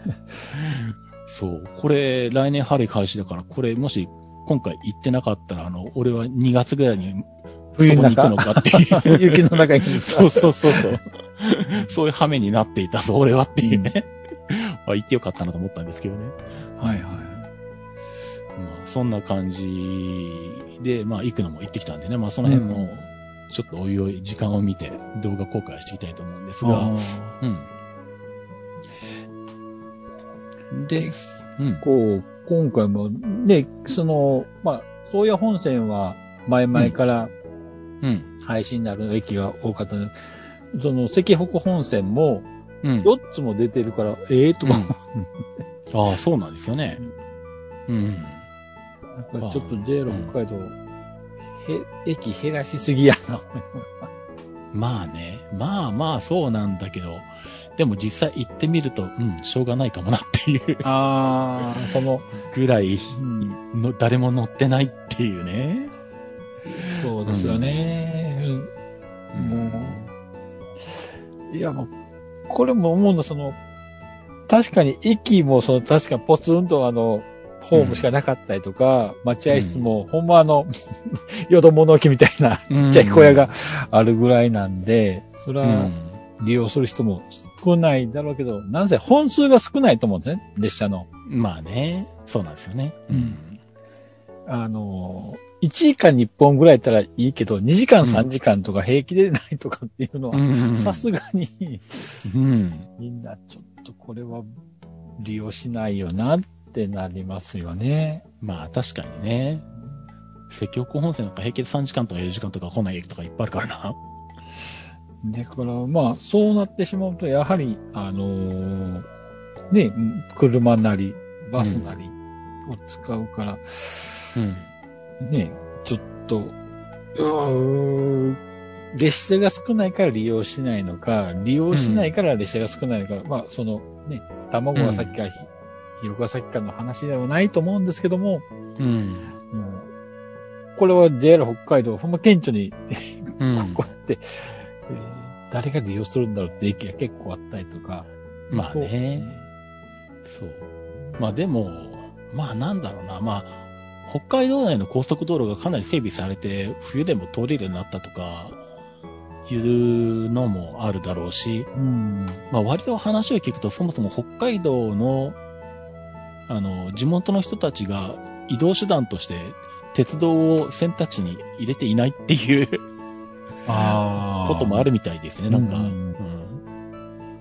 そう。これ、来年春開始だから、これ、もし、今回行ってなかったら、あの、俺はにがつぐらいに、 冬の中そこに行くのかっていう。 雪の中に行くんですか？ そうそうそうそう。そういう羽目になっていたぞ、俺はっていうね。まあ、行ってよかったなと思ったんですけどね。 はいはい。 まあ、そんな感じで、まあ、行くのも行ってきたんでね。まあ、その辺も、ちょっとおいおい時間を見て動画公開していきたいと思うんですが、うん。で、うん、 こう、今回も、ね、その、まあ、宗谷本線は前々から配信になる駅が多かったので、うん、その、石北本線もよっつも出てるから、うん、ええー、とか、 うん、ああ、そうなんですよね。うん。 なんかちょっと ジェイアール 北海道、うん、へ、駅減らしすぎやな。 まあね。まあまあそうなんだけど、でも実際行ってみると、うん、しょうがないかもなっていう。 ああ、その、 ぐらいの、誰も乗ってないっていうね。 そうですよね。うん、もう、いやもう、これも思うの、その、確かに駅もその、確かポツンとあの、ホームしかなかったりとか、うん、待合室も、ほんまあの、よど物置みたいな、ちっちゃい小屋があるぐらいなんで、それは、利用する人も少ないだろうけど、なんせ本数が少ないと思うんですね、列車の。 まあね、そうなんですよね。うん。 あの、いちじかんにいっぽんぐらいやったらいいけど、にじかんさんじかんとか平気でないとかっていうのは、さすがに、うん、みんなちょっとこれは利用しないよなってなりますよね。 まあ確かにね。石北本線なんか平気でさんじかんとかよじかんとか来ない駅とかいっぱいあるからな。 だから、まあ、そうなってしまうと、やはり、あのー、ね、車なり、バスなりを使うから、うん、ね、ちょっと、う列車が少ないから利用しないのか、利用しないから列車が少ないのか、うん、まあ、そのね、卵が先か、うん、ひよこが先かの話ではないと思うんですけども、うんうん、これは ジェイアール 北海道、ほんま顕著に、うん、ここって、えー、誰が利用するんだろうって駅が結構あったりとか。 まあね。そう。まあでも、まあなんだろうな。まあ、北海道内の高速道路がかなり整備されて、冬でも通れるようになったとか、いうのもあるだろうし、うん、まあ割と話を聞くと、そもそも北海道の、あの、地元の人たちが移動手段として、鉄道を選択肢に入れていないっていうあこともあるみたいですね、なんか。うんうん、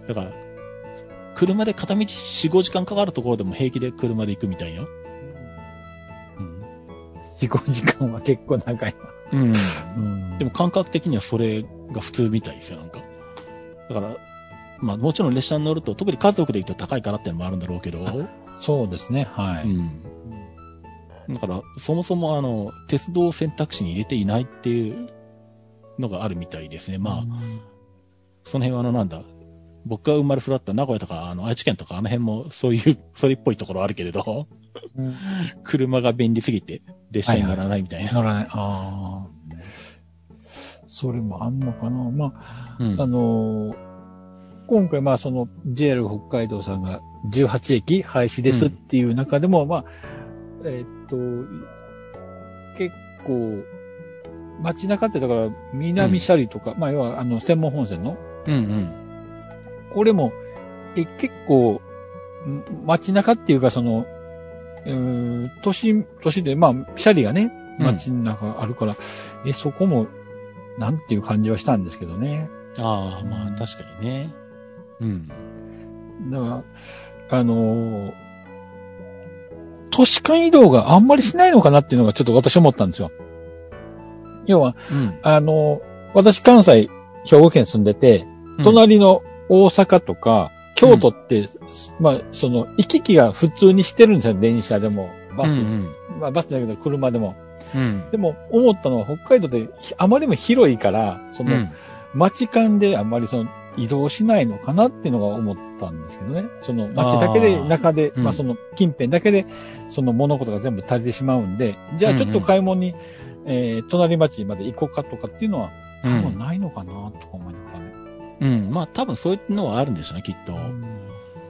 だから、車で片道よん、ごじかんかかるところでも平気で車で行くみたいよ。 うん、よん、ごじかんは結構長いな。うんうん、でも感覚的にはそれが普通みたいですよ、なんか。だから、まあもちろん列車に乗ると、特に家族で行くと高いからっていうのもあるんだろうけど。 そうですね、はい。うんだから、そもそもあの、鉄道を選択肢に入れていないっていうのがあるみたいですね。まあ、その辺はあの、なんだ、僕が生まれ育った名古屋とか、あの、愛知県とかあの辺もそういう、それっぽいところあるけれど、うん、車が便利すぎて列車に乗らないみたいな。 はいはい、乗らない。ああ。それもあんのかな。まあ、うん、あのー、今回まあその ジェイアール 北海道さんがじゅうはちえき廃止ですっていう中でも、うん、まあ、えー、っと、結構、街中ってだから南シャリとか、うん、まあ要はあの専門本線の、うんうん、これも、え、結構、街中っていうかその、うー都市、都市で、まあ、シャリがね、街中あるから、うん、え、そこも、なんていう感じはしたんですけどね。 ああ、まあ確かにね。うん。 だから、あのー、都市間移動があんまりしないのかなっていうのがちょっと私思ったんですよ。要は、うん、あのー、私関西、兵庫県住んでて、隣の大阪とか、京都って、うん、まあ、その、行き来が普通にしてるんですよ。電車でも、バス、うんうん、まあ、バスだけど車でも。うん、でも、思ったのは北海道であまりにも広いから、その、うん、街間であんまりその、移動しないのかなっていうのが思ったんですけどね。その、街だけで、中で、まあ、その、近辺だけで、その物事が全部足りてしまうんで、じゃあちょっと買い物に、うんうん、えー、隣町まで行こうかとかっていうのは、多分ないのかなとか思いながらね。 うん。まあ多分そういうのはあるんでしょうね、きっと。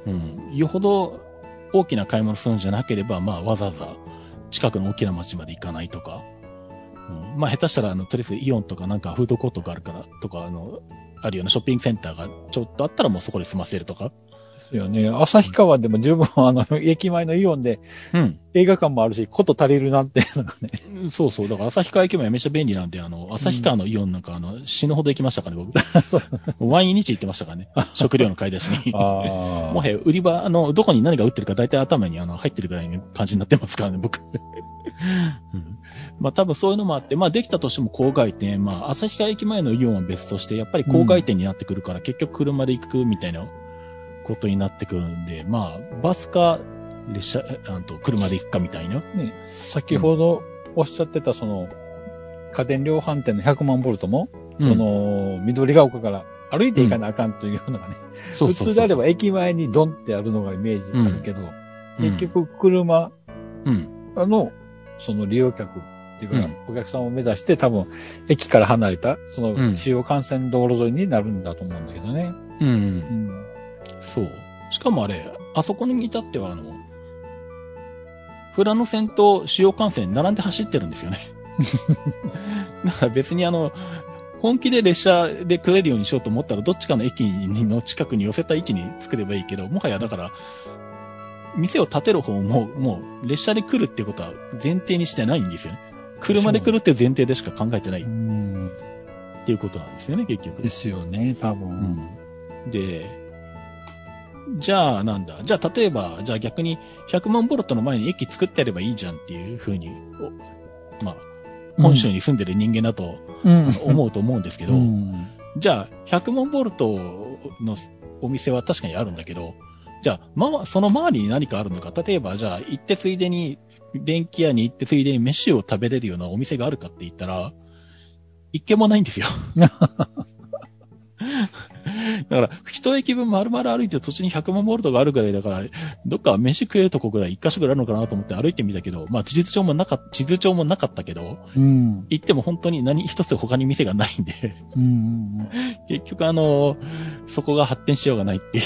うん。よほど大きな買い物するんじゃなければ、まあわざわざ近くの大きな街まで行かないとか。うん、まあ下手したら、あの、とりあえずイオンとかなんかフードコートがあるからとか、あの、あるようなショッピングセンターがちょっとあったらもうそこで済ませるとか。 ですよね。旭川でも十分、あの、駅前のイオンで、うん。映画館もあるし、こと足りるなっていうのがね。 そうそう。だから旭川駅前めっちゃ便利なんで、あの、旭川のイオンなんか、あの、死ぬほど行きましたからね、僕。そう。毎日行ってましたからね。食料の買い出しに。あもはや売り場、あの、どこに何が売ってるか大体頭にあの、入ってるぐらいの感じになってますからね、僕。うん、まあ多分そういうのもあって、まあできたとしても郊外店、まあ旭川駅前のイオンは別として、やっぱり郊外店になってくるから、うん、結局車で行くみたいなことになってくるんで、まあバスか列車、あと車で行くかみたいな。 ね、先ほどおっしゃってたその、家電量販店のひゃくまんボルトも、うん、その、緑が丘から歩いていかなあかんというのがね、うん、普通であれば駅前にドンってあるのがイメージあるけど、うん、結局車の、その利用客っていうか、うん、お客さんを目指して多分、駅から離れた、その主要幹線道路沿いになるんだと思うんですけどね。 うん。うん、そう。しかもあれ、あそこに至ってはあの、富良野線と主要幹線並んで走ってるんですよね。だから別にあの、本気で列車で来れるようにしようと思ったら、どっちかの駅の近くに寄せた位置に作ればいいけど、もはやだから、店を建てる方も、もう、列車で来るってことは前提にしてないんですよね。車で来るって前提でしか考えてない。っていうことなんですよね、結局。 ですよね、多分。 うん、で、じゃあなんだ。じゃあ例えば、じゃあ逆にひゃくまんボルトの前に駅作ってやればいいじゃんっていうふうに、まあ、本州に住んでる人間だと、うん、思うと思うんですけど、うん、じゃあひゃくまんボルトのお店は確かにあるんだけど、じゃあ、ま、その周りに何かあるのか。例えば、じゃあ、行ってついでに、電気屋に行ってついでに飯を食べれるようなお店があるかって言ったら、一軒もないんですよ。だから、一駅分丸々歩いて途中にひゃくまんボルトがあるぐらいだから、どっか飯食えるとこぐらい一箇所ぐらいあるのかなと思って歩いてみたけど、まあ、地図帳もなかった、地図帳もなかったけど、うん、行っても本当に何一つ他に店がないんで、うんうんうん、結局あの、そこが発展しようがないっていう。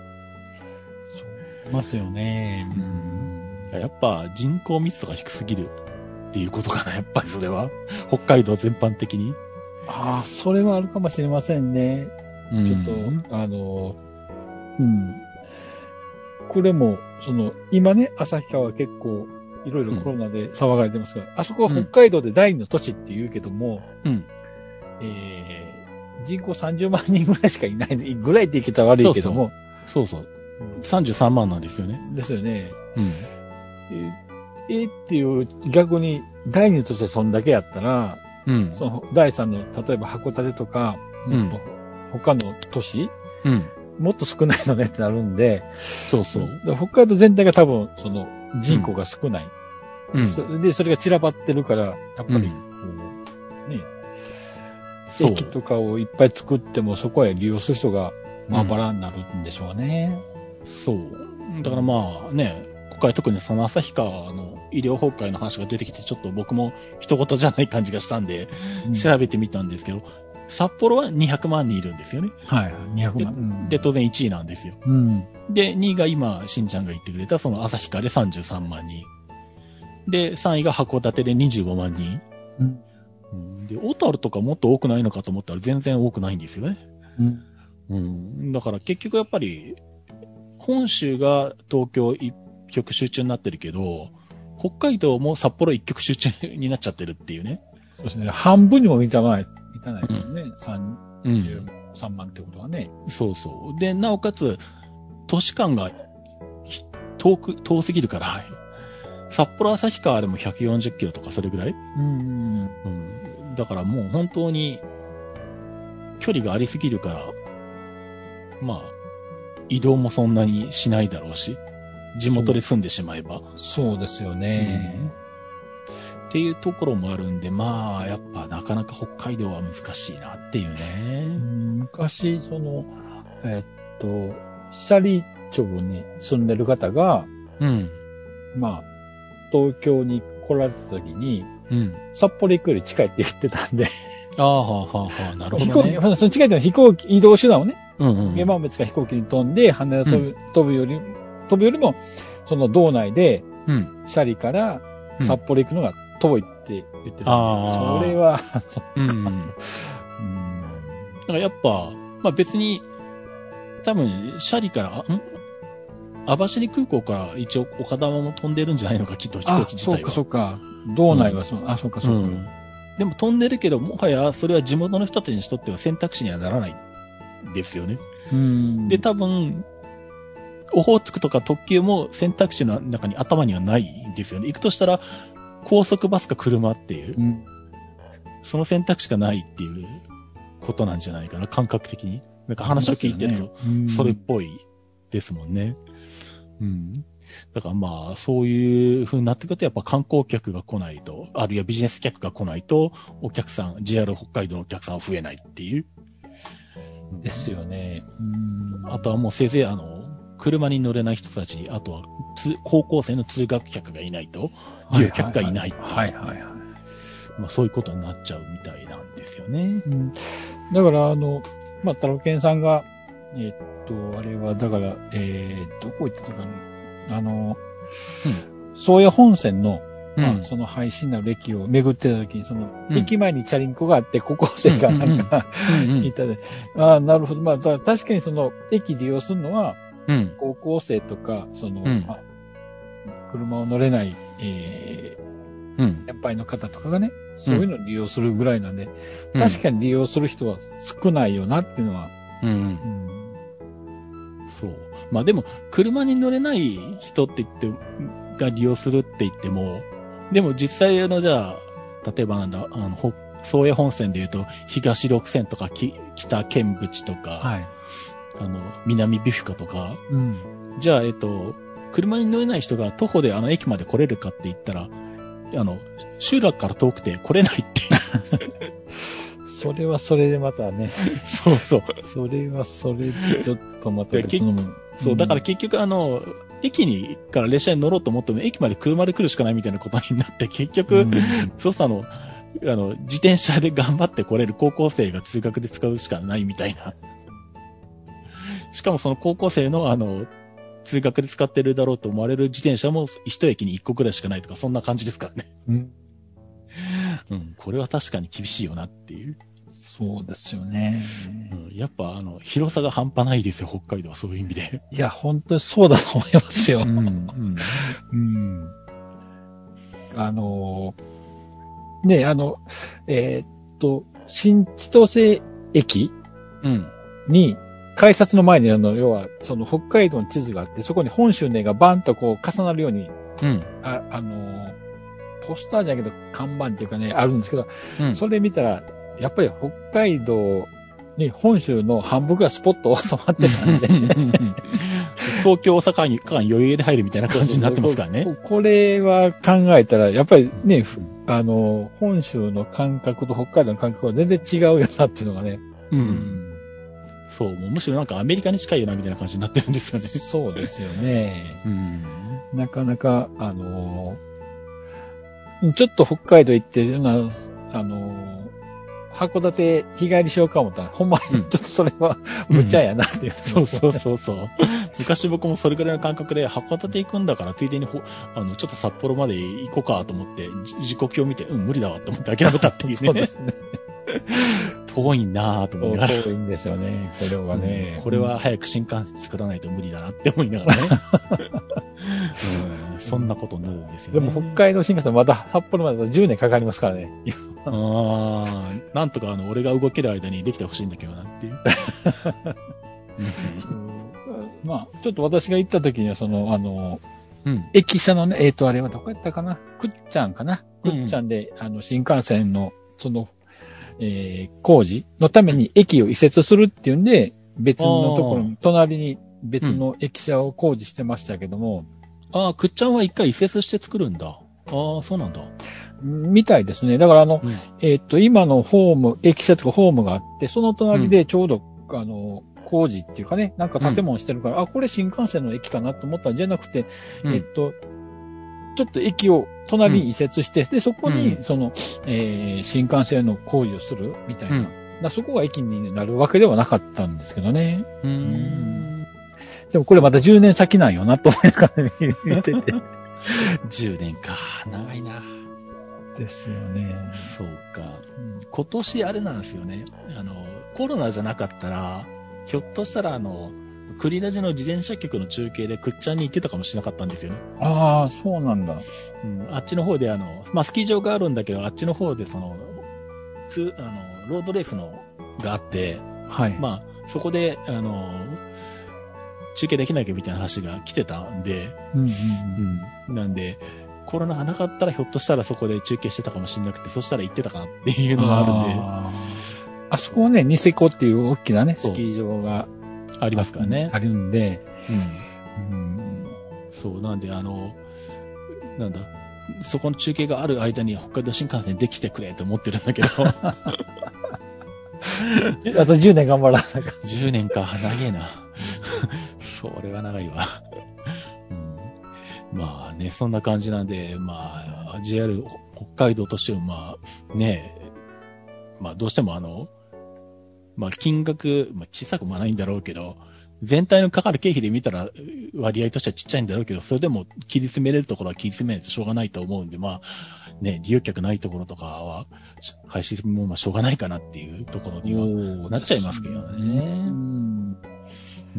ますよね、 うん。やっぱ人口密度が低すぎるっていうことかな、やっぱりそれは。北海道全般的に。 ああ、それはあるかもしれませんね。うん、ちょっと、あの、うん。これも、その、今ね、旭川は結構、いろいろコロナで騒がれてますが、うん、あそこは北海道で第二の都市って言うけども、うん、えー、人口さんじゅうまんにんぐらいしかいないぐらいって言い方悪いけども、 そうそう。そうそうさんじゅうさんまんなんですよね。 ですよね。うん。え、えっていう、逆に、第二としてそんだけやったら、うん。その、第三の、例えば函館とか、もっと、他の都市、うん。もっと少ないのねってなるんで、 そうそう。 北海道全体が多分、その、人口が少ない。うん。それで、それが散らばってるから、やっぱり、こう、うん、ね、そう。駅とかをいっぱい作っても、そこへ利用する人が、まあ、バラになるんでしょうね。 うん、そう。だからまあね、今回特にその旭川の医療崩壊の話が出てきて、ちょっと僕も一言じゃない感じがしたんで、うん、調べてみたんですけど、札幌はにひゃくまんにんいるんですよね。 はい、にひゃくまん。 で、うん、で当然いちいなんですよ。うん、で、にいが今、しんちゃんが言ってくれたその旭川でさんじゅうさんまんにん。で、さんいが函館でにじゅうごまんにん。うん、で、小樽とかもっと多くないのかと思ったら全然多くないんですよね。うんうん、だから結局やっぱり、本州が東京一極集中になってるけど、北海道も札幌一極集中になっちゃってるっていうね。 そうですね。半分にも満たない、満たないですよね。うん、さんじゅうさんまんってことはね、 うん。そうそう。で、なおかつ、都市間が遠く、遠すぎるから、札幌旭川でもひゃくよんじゅっキロとかそれぐらい、うんうんうん、だからもう本当に、距離がありすぎるから、まあ、移動もそんなにしないだろうし、地元で住んでしまえば。 そう、そうですよね、うん。 っていうところもあるんで、まあ、やっぱなかなか北海道は難しいなっていうね。 昔、その、えっと、斜里町に住んでる方が、うん、まあ、東京に来られた時に、うん、札幌行くより近いって言ってたんで。 ああ、はあ、はあ、なるほど、ね。 飛行機、その近いってのは飛行機、移動手段をね、 うんうんうん。 現場は別か飛行機に飛んで、羽田飛ぶ,、飛ぶより、飛ぶよりも、その道内で、 うん。 シャリから札幌行くのが遠いって言ってるんで、 あーそれは、そっか。 うん。 うんだからやっぱ、まあ別に、多分、シャリから、ん網走空港から一応岡玉も飛んでるんじゃないのか、きっと飛行あ、 機自体は。 そうか、そうか。道内はそう、あ、そうか、そうか。 うんでも飛んでるけど、もはやそれは地元の人たちにとっては選択肢にはならないですよね。 うんで、多分、オホーツクとか特急も選択肢の中に頭にはないんですよね。行くとしたら、高速バスか車っていう、 うん、 その選択肢がないっていうことなんじゃないかな、感覚的に。なんか話を聞いてると、それっぽいですもんね。うん。だからまあ、そういう風になってくると、やっぱ観光客が来ないと、あるいはビジネス客が来ないと、お客さん、ジェイアール 北海道のお客さんは増えないっていう。 ですよね。うんあとはもうせいぜいあの、車に乗れない人たち、あとはつ高校生の通学客がいないと、利用客がいないっていう。 はいはいはい。 まあそういうことになっちゃうみたいなんですよね。 うん、だからあの、まあ、タロケンさんが、えーっと、あれは、だから、えー、どこ行ってたかな。あの、うん、宗谷本線の、まあ、その廃止になる駅を巡ってた時に、その、うん、駅前にチャリンコがあって、高校生がなんか、いたで、ああ、なるほど。まあ、確かにその、駅利用するのは、うん、高校生とか、その、うんまあ、車を乗れない、えー、うん、先輩の方とかがね、そういうのを利用するぐらいなんで、うん、確かに利用する人は少ないよなっていうのは。 うんうんうん、そう。まあでも、車に乗れない人って言って、が利用するって言っても、でも実際のじゃあ、例えばなんだ、あの、宗谷本線で言うと、東六線とか、北剣淵とか、はい、あの、南ビュフカとか、うん、じゃあ、えっと、車に乗れない人が徒歩であの駅まで来れるかって言ったら、あの、集落から遠くて来れないっていう。 それはそれでまたね。 そうそう。 それはそれでちょっとまた別のもの。 そう、だから結局あの、駅に、から列車に乗ろうと思っても、駅まで車で来るしかないみたいなことになって、結局、うん、そうするとあの、あの、自転車で頑張って来れる高校生が通学で使うしかないみたいな。しかもその高校生のあの、通学で使ってるだろうと思われる自転車も一駅に一個くらいしかないとか、そんな感じですからね。うん。うん、これは確かに厳しいよなっていう。 そうですよね。 うん、やっぱあの、広さが半端ないですよ、北海道はそういう意味で。 いや、本当にそうだと思いますよ。うん。うん。うん、あのー、ね、あの、えー、っと、新千歳駅に、うん改札の前にあの、要は、その北海道の地図があって、そこに本州の絵がバンとこう重なるように、うん。あ、あのー、ポスターじゃないけど、看板っていうかね、あるんですけど、うん、それ見たら、やっぱり北海道に本州の半分がスポット収まってたんで、 東京、大阪に間余裕で入るみたいな感じになってますからね。 こ, これは考えたら、やっぱりね、あの、本州の感覚と北海道の感覚は全然違うよなっていうのがね。うん、うんそう、もうむしろなんかアメリカに近いよなみたいな感じになってるんですよね。 そうですよね。うん、なかなか、あのー、ちょっと北海道行って、あのー、函館日帰りしようか思ったら、ほんまにちょっとそれは無茶やなっていう、 うん。そうそうそうそう。昔僕もそれぐらいの感覚で、函館行くんだから、ついでにほ、あの、ちょっと札幌まで行こうかと思って、時刻を見て、うん、無理だわと思って諦めたっていうね。そうですね。遠いなぁと思いながら。 遠いんですよね、これはね、 うん。これは早く新幹線作らないと無理だなって思いながらね。うん、そんなことになるんですよね。 でも北海道新幹線まだ札幌までじゅうねんかかりますからね。 ああ、なんとかあの、俺が動ける間にできてほしいんだけどなっていう。 まあ、ちょっと私が行った時にはその、あの、うん、駅舎のね、えっ、ー、と、あれはどこやったかなくっちゃんかなくっちゃんで、うん、あの、新幹線の、その、えー、工事のために駅を移設するっていうんで、別のところに、隣に別の駅舎を工事してましたけども。 うん、ああ、くっちゃんは一回移設して作るんだ。ああ、そうなんだ。 みたいですね。だからあの、うん、えっと、今のホーム、駅舎とかホームがあって、その隣でちょうど、うん、あの、工事っていうかね、なんか建物してるから、うん、あ、これ新幹線の駅かなと思ったんじゃなくて、うん、えっと、ちょっと駅を隣に移設して、うん、で、そこに、その、うん、えー、新幹線の工事をするみたいなだそこが駅になるわけではなかったんですけどね。 うーん。 でもこれまたじゅうねん先なんよなと思いながら見てて。 じゅうねんか。長いな。 ですよね。 そうか。今年あれなんですよね。あの、コロナじゃなかったら、ひょっとしたらあの、クリラジの自転車局の中継でくっちゃんに行ってたかもしれなかったんですよね。 ああ、そうなんだ。 うん、あっちの方であの、まあ、スキー場があるんだけど、あっちの方でその、つ、あの、ロードレースの、があって、 はい。 まあ、そこで、あの、中継できないかみたいな話が来てたんで、 うんうんうん。なんで、コロナがなかったらひょっとしたらそこで中継してたかもしれなくて、そしたら行ってたかなっていうのがあるんで。 あ, あそこはね、ニセコっていう大きなね、スキー場がありますからね。 あるんで、 うん。うん、そう、なんであの、なんだ、そこの中継がある間に北海道新幹線できてくれと思ってるんだけど。 あとじゅうねん頑張らなかった。 じゅうねんか、長えな。それは長いわ。うん、まあね、そんな感じなんで、まあ、ジェイアール 北海道としてもまあ、ね、まあどうしてもあの、まあ金額、まあ小さくもないんだろうけど、全体のかかる経費で見たら割合としてはちっちゃいんだろうけど、それでも切り詰めれるところは切り詰めないとしょうがないと思うんで、まあ、ね、利用客ないところとかは、廃止もまあしょうがないかなっていうところにはなっちゃいますけどね。うんうん、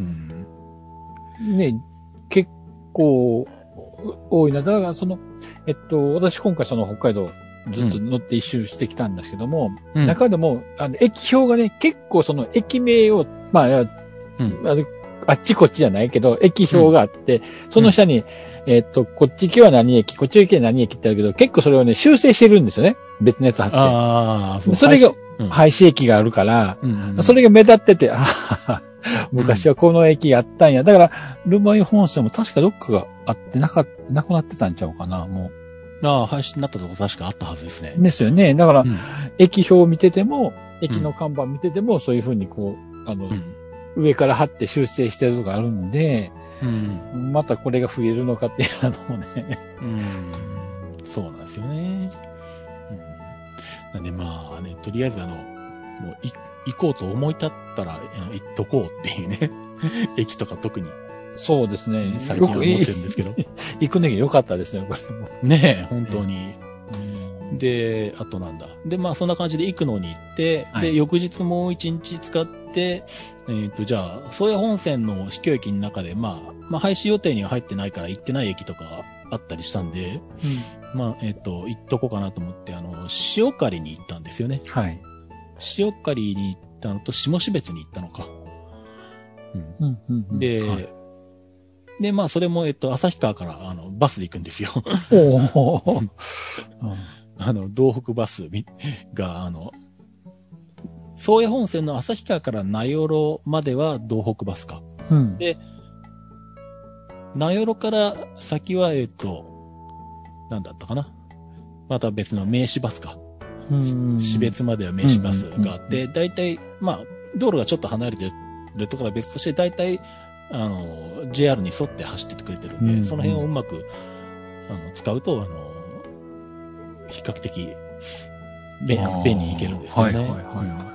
ね、結構多いな。だからその、えっと、私今回その北海道ずっと乗って一周してきたんですけども、うん、中でも、あの、駅表がね、結構その駅名を、まあ、うん、あ, あっちこっちじゃないけど、駅表があって、うん、その下に、えっと、こっち行きは何駅、こっち行きは何駅ってあるけど、結構それをね、修正してるんですよね。別のやつ貼って。 ああ、 そう。それが、廃止駅があるから、うんうん、それが目立ってて、ああ、昔はこの駅やったんや。だから、ルマイ本線も確かどっかがあってなか、なくなってたんちゃうかな、もう。 ああ、廃止になったとこ確かあったはずですね。 ですよね。だから、うん、駅表を見てても、駅の看板見てても、そういうふうにこう、あの、うん、上から貼って修正してるとかあるんで、うん、またこれが増えるのかっていうのもね。 うん、そうなんですよね。うん、なんでまあね、とりあえずあの、もうい行こうと思い立ったら行っとこうっていうね。駅とか特に。 そうですね。 最近は思ってるんですけど。 行くねぎ良かったですね、これも。 ねえ、本当に。で、あとなんだ。で、まあそんな感じで行くのに行って、はい、で、翌日もう一日使って、えっ、ー、と、じゃあ、宗谷本線の秘境駅の中で、まあ、まあ廃止予定には入ってないから行ってない駅とかあったりしたんで、うん、まあ、えっ、ー、と、行っとこうかなと思って、あの、塩刈に行ったんですよね。 はい。 塩刈に行ったのと、下標別に行ったのか。うん。うんうんうん、で、はい、で、まあ、それも、えっと、旭川から、あの、バスで行くんですよ。おー。うんあの、道北バスが、あの、宗谷本線の旭川から名寄までは道北バスか。うん、で、名寄から先は、えっと、なんだったかな。また別の名刺バスか。標別までは名刺バスがあって、だいたい、まあ、道路がちょっと離れてるところは別として、だいたい、あの、ジェイアール に沿って走っててくれてるんで、うん、その辺をうまく、あの、使うと、あの、比較的便利にいけるんですよね。はいはいはいはい。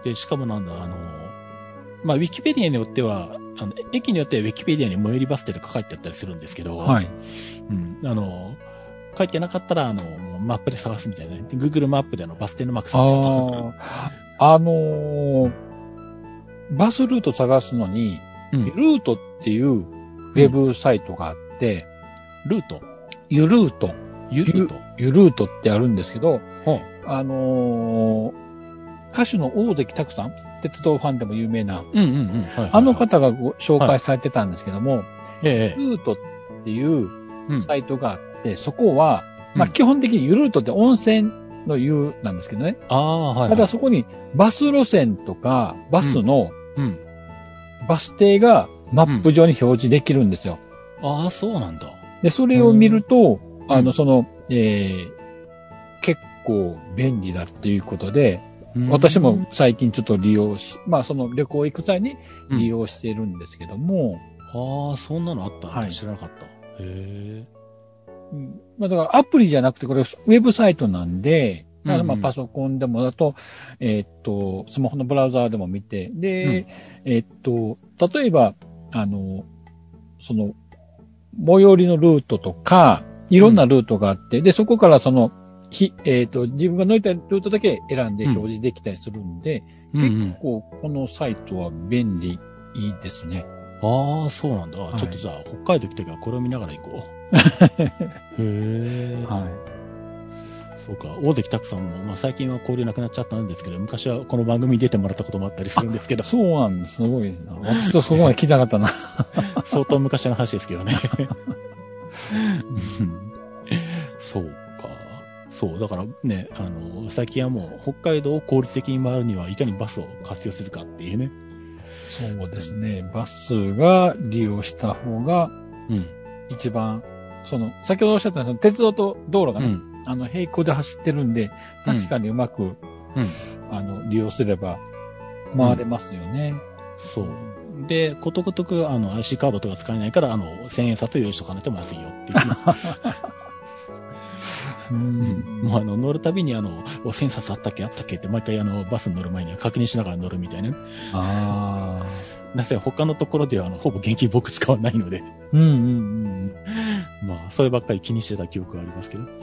で、しかもなんだ、あの、まあ、ウィキペディアによっては、あの、駅によってはウィキペディアに最寄りバス停とか書いてあったりするんですけど、はい。うん。あの、書いてなかったら、あの、マップで探すみたいな、ね、Google マップであのバス停のマーク探すと。 あ、あのー、バスルート探すのに、うん、ルートっていうウェブサイトがあって、 うん、ルートユルート。 ユルートユルートってあるんですけど、うん、あのー、歌手の大関拓さん、鉄道ファンでも有名な、うんうんうんはいはいはい、あの方がご紹介されてたんですけども、はいええ、ルートっていうサイトがあって、うん、そこは、まあ基本的にユルートって温泉の湯なんですけどね。ああ、はい、はい。ただそこにバス路線とかバスの、うんうん、バス停がマップ上に表示できるんですよ。 うん、ああ、そうなんだ。 で、それを見ると、あの、その、えー、結構便利だっていうことで、私も最近ちょっと利用し、まあその旅行行く際に利用しているんですけども。 うん、ああ、そんなのあったの、はい、知らなかった。へえ。 うん。まあだからアプリじゃなくてこれウェブサイトなんで、 だからまあパソコンでもだと、えーっと、スマホのブラウザーでも見て、で、うん、えーっと、例えば、あの、その、最寄りのルートとか、いろんなルートがあって、うん、で、そこからその、ひ、えーっと、自分が乗りたいルートだけ選んで表示できたりするんで、うん、結構このサイトは便利いいですね。 ああ、そうなんだ。はい、ちょっとじゃあ、北海道来たからこれを見ながら行こう。へえ。はい。そうか。大関拓さんも、まあ最近は交流なくなっちゃったんですけど、昔はこの番組に出てもらったこともあったりするんですけど。 そうなんです。すごいですな。私とそこまで聞いたかったな。 相当昔の話ですけどね。そうか。そう。だからね、あの、最近はもう北海道を効率的に回るにはいかにバスを活用するかっていうね。 そうですね。バスが利用した方が、うん。一番、その、先ほどおっしゃったその鉄道と道路がね、うんあの、並行で走ってるんで、確かにうまく、うん、あの、利用すれば、回れますよね。 うん、そう。で、ことごとく、あの、アイシー カードとか使えないから、あの、千円札用意しとかないとまずいよっていう。うん、もうあの、乗るたびにあの、お、千円札あったっけあったっけって毎回あの、バスに乗る前には確認しながら乗るみたいな。ああ。なぜ他のところではあの、ほぼ現金僕使わないので。うんうんうん。まあ、そればっかり気にしてた記憶がありますけど。うん、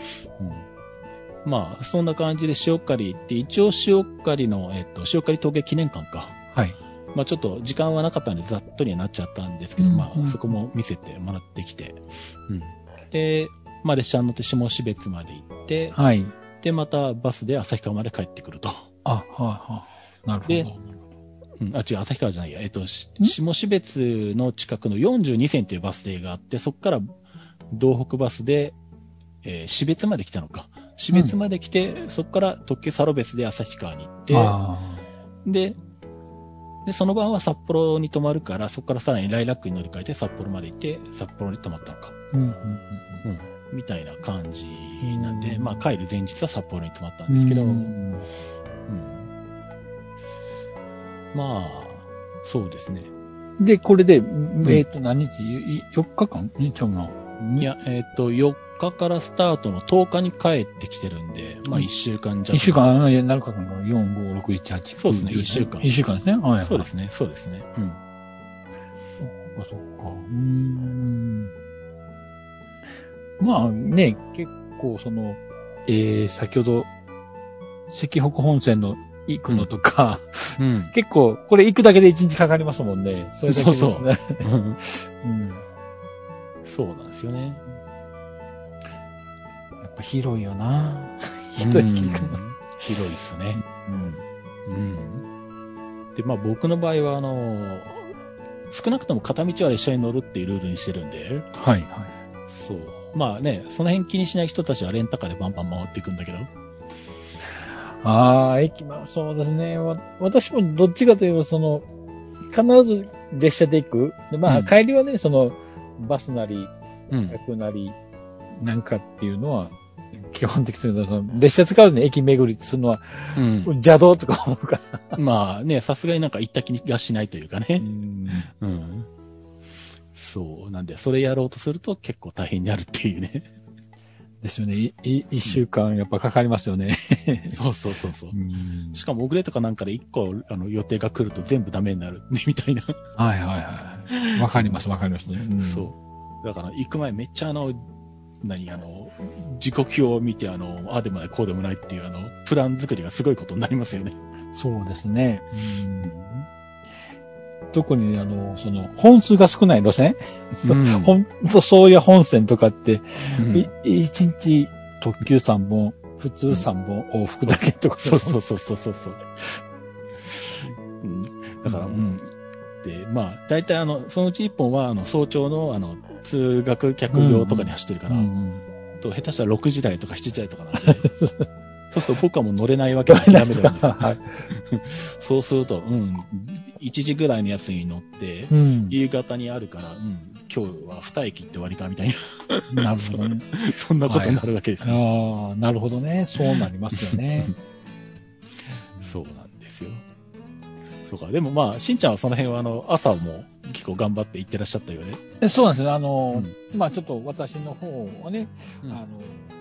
まあ、そんな感じで塩刈って、一応塩刈の、えっと、塩刈峠記念館か。はい。まあちょっと時間はなかったんでざっとにはなっちゃったんですけど、うんうん、まあそこも見せてもらってきて。うん。で、まあ列車に乗って下標別まで行って、はい。で、またバスで旭川まで帰ってくると。 あ、はいはい。なるほど。で、 うん、あ、違う、旭川じゃないや。えっと、下標別の近くのよんじゅうに線っていうバス停があって、そこから道北バスで、えー、標別まで来たのか。標別まで来て、うん、そこから特急サロベスで旭川に行って、で、で、その晩は札幌に泊まるから、そこからさらにライラックに乗り換えて札幌まで行って、札幌に泊まったのか。うんうんうんうん、みたいな感じなんで、まあ帰る前日は札幌に泊まったんですけど、うんうん、まあ、そうですね。 で、これで、えっ、ー、と、何日 ?よっかかんちょうが。 いや、えっ、ー、と、よっかからスタートのとおかに帰ってきてるんで、まあいっしゅうかんじゃ。 いっしゅうかん、あなるかかな。よん、ご、ろく、なな、はち、 そうですね、いっしゅうかん。 いっしゅうかんですね。はい、はい。 そうですね、そうですね。うん。 そっか、そっか。うーん。まあね、結構その、えー、先ほど、石北本線の行くのとか、うんうん、結構、これ行くだけでいちにちかかりますもんね。それだけで、ね。そうそう。 うん、そうなんですよね。 やっぱ広いよな一駅行くの。 広いっすね。うん。うん。で、まあ僕の場合は、あの、少なくとも片道は列車に乗るっていうルールにしてるんで。はい、はい。そう。まあね、その辺気にしない人たちはレンタカーでバンバン回っていくんだけど。 ああ、駅、まあそうですね。私もどっちかといえば、その、必ず列車で行く。でまあ、うん、帰りはね、その、バスなり、客なり、なんかっていうのは、基本的にその列車使うね、駅巡りするのは、うん、邪道とか思うから。 まあね、さすがになんか行った気がしないというかね。うん、うん。そう。なんで、それやろうとすると結構大変になるっていうね。 ですよね。い、一週間やっぱかかりますよね。 そうそうそうそう。うしかも、遅れとかなんかで一個、あの、予定が来ると全部ダメになる、みたいな。 はいはいはい。わかりますわかりますね、 うん。そう。だから、行く前めっちゃあの、何、あの、時刻表を見て、あの、ああでもないこうでもないっていう、あの、プラン作りがすごいことになりますよね。 そうですね。うん特にあの、その、本数が少ない路線、うん、ほんとそういう本線とかって、うん、い一日特急さんぼん、普通さんぼん、往復だけとか、 そうそうそうそうそうそう、うん。だから、うん。で、まあ、大体あの、そのうちいっぽんは、あの、早朝の、あの、通学客用とかに走ってるから、うんうん、と下手したらろくじ台とかしちじ台とかなんで、そうすると僕はもう乗れないわけで諦めるんですよ。はい、そうすると、うん、いちじぐらいのやつに乗って、うん、夕方にあるから、うん、今日はに駅って終わりかみたいな。なるほどね。そんなことになるわけです、 ね。はい、ああ、なるほどね。そうなりますよね。 そうなんですよ。そうか。でもまあ、しんちゃんはその辺はあの、朝も結構頑張って行ってらっしゃったよね。 そうなんですよ。あの、うん、まあちょっと私の方はね、うん、あの、